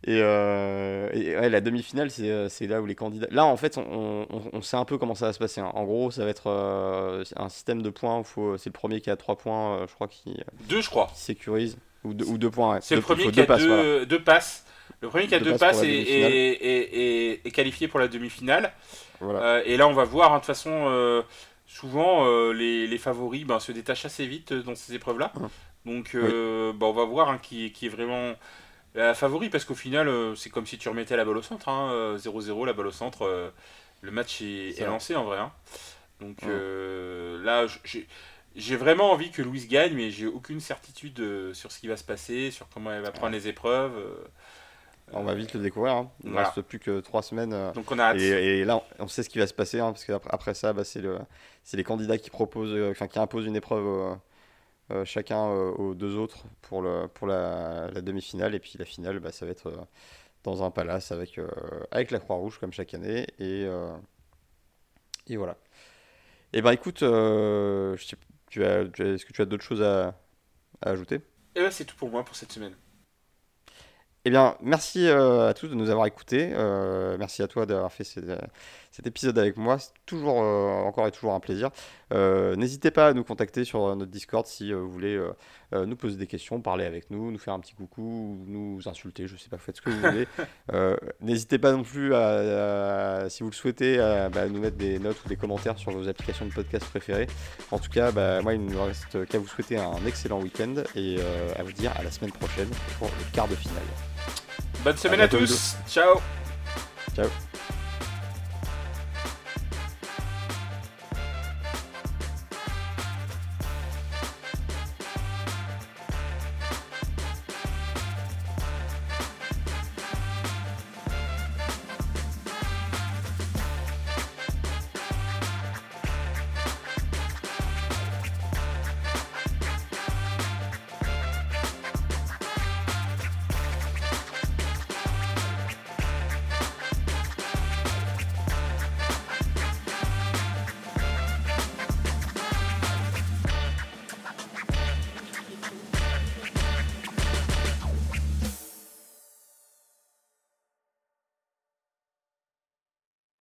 Et, euh, et ouais, la demi-finale, c'est, c'est là où les candidats. Là, en fait, on, on, on sait un peu comment ça va se passer. Hein. En gros, ça va être euh, un système de points où faut, c'est le premier qui a trois points, euh, je crois, qui, Deux, je crois. qui sécurise. Ou deux, ou deux points, ouais. C'est deux, le premier faut qui deux a passes, deux, voilà. deux passes. Le premier qui a Deux deux passes pour passes la est, demi-finale. est, est, est- est qualifié pour la demi-finale. Voilà. Euh, et là, on va voir, hein, de toute façon, euh, souvent, euh, les, les favoris ben, se détachent assez vite euh, dans ces épreuves-là. Hum. Donc, Oui. euh, ben, on va voir hein, qui, qui est vraiment la favori, parce qu'au final, euh, c'est comme si tu remettais la balle au centre. Hein, euh, zéro zéro, la balle au centre. euh, le match est, C'est est vrai. lancé, en vrai. Hein. Donc Hum. euh, là, j'ai, j'ai vraiment envie que Louise gagne, mais j'ai aucune certitude euh, sur ce qui va se passer, sur comment elle va prendre Ouais. les épreuves. euh, On va vite le découvrir. Hein. Il ne Voilà. reste plus que trois semaines. euh, Donc on a hâte. Et, et là, on on sait ce qui va se passer, hein, parce qu'après après ça, bah, c'est le, c'est les candidats qui proposent, euh, enfin qui imposent une épreuve euh, euh, chacun euh, aux deux autres pour le, pour la, la demi-finale, et puis la finale, bah, ça va être euh, dans un palace avec, euh, avec la Croix-Rouge comme chaque année, et, euh, et voilà. Et ben écoute, euh, je sais- tu as, tu as- est-ce que tu as d'autres choses à, à ajouter? Et ben c'est tout pour moi pour cette semaine. Eh bien, merci euh, à tous de nous avoir écoutés. Euh, merci à toi d'avoir fait ce- cet épisode avec moi. C'est toujours, euh, encore et toujours un plaisir. Euh, n'hésitez pas à nous contacter sur euh, notre Discord si euh, vous voulez euh, euh, nous poser des questions, parler avec nous, nous faire un petit coucou, ou nous insulter. Je sais pas, faites ce que vous voulez. Euh, n'hésitez pas non plus à, à- si vous le souhaitez, à bah, nous mettre des notes ou des commentaires sur vos applications de podcast préférées. En tout cas, bah, moi, il ne me reste qu'à vous souhaiter un excellent week-end et euh, à vous dire à la semaine prochaine pour le quart de finale. Bonne semaine À à bientôt, tous. Ciao. Ciao.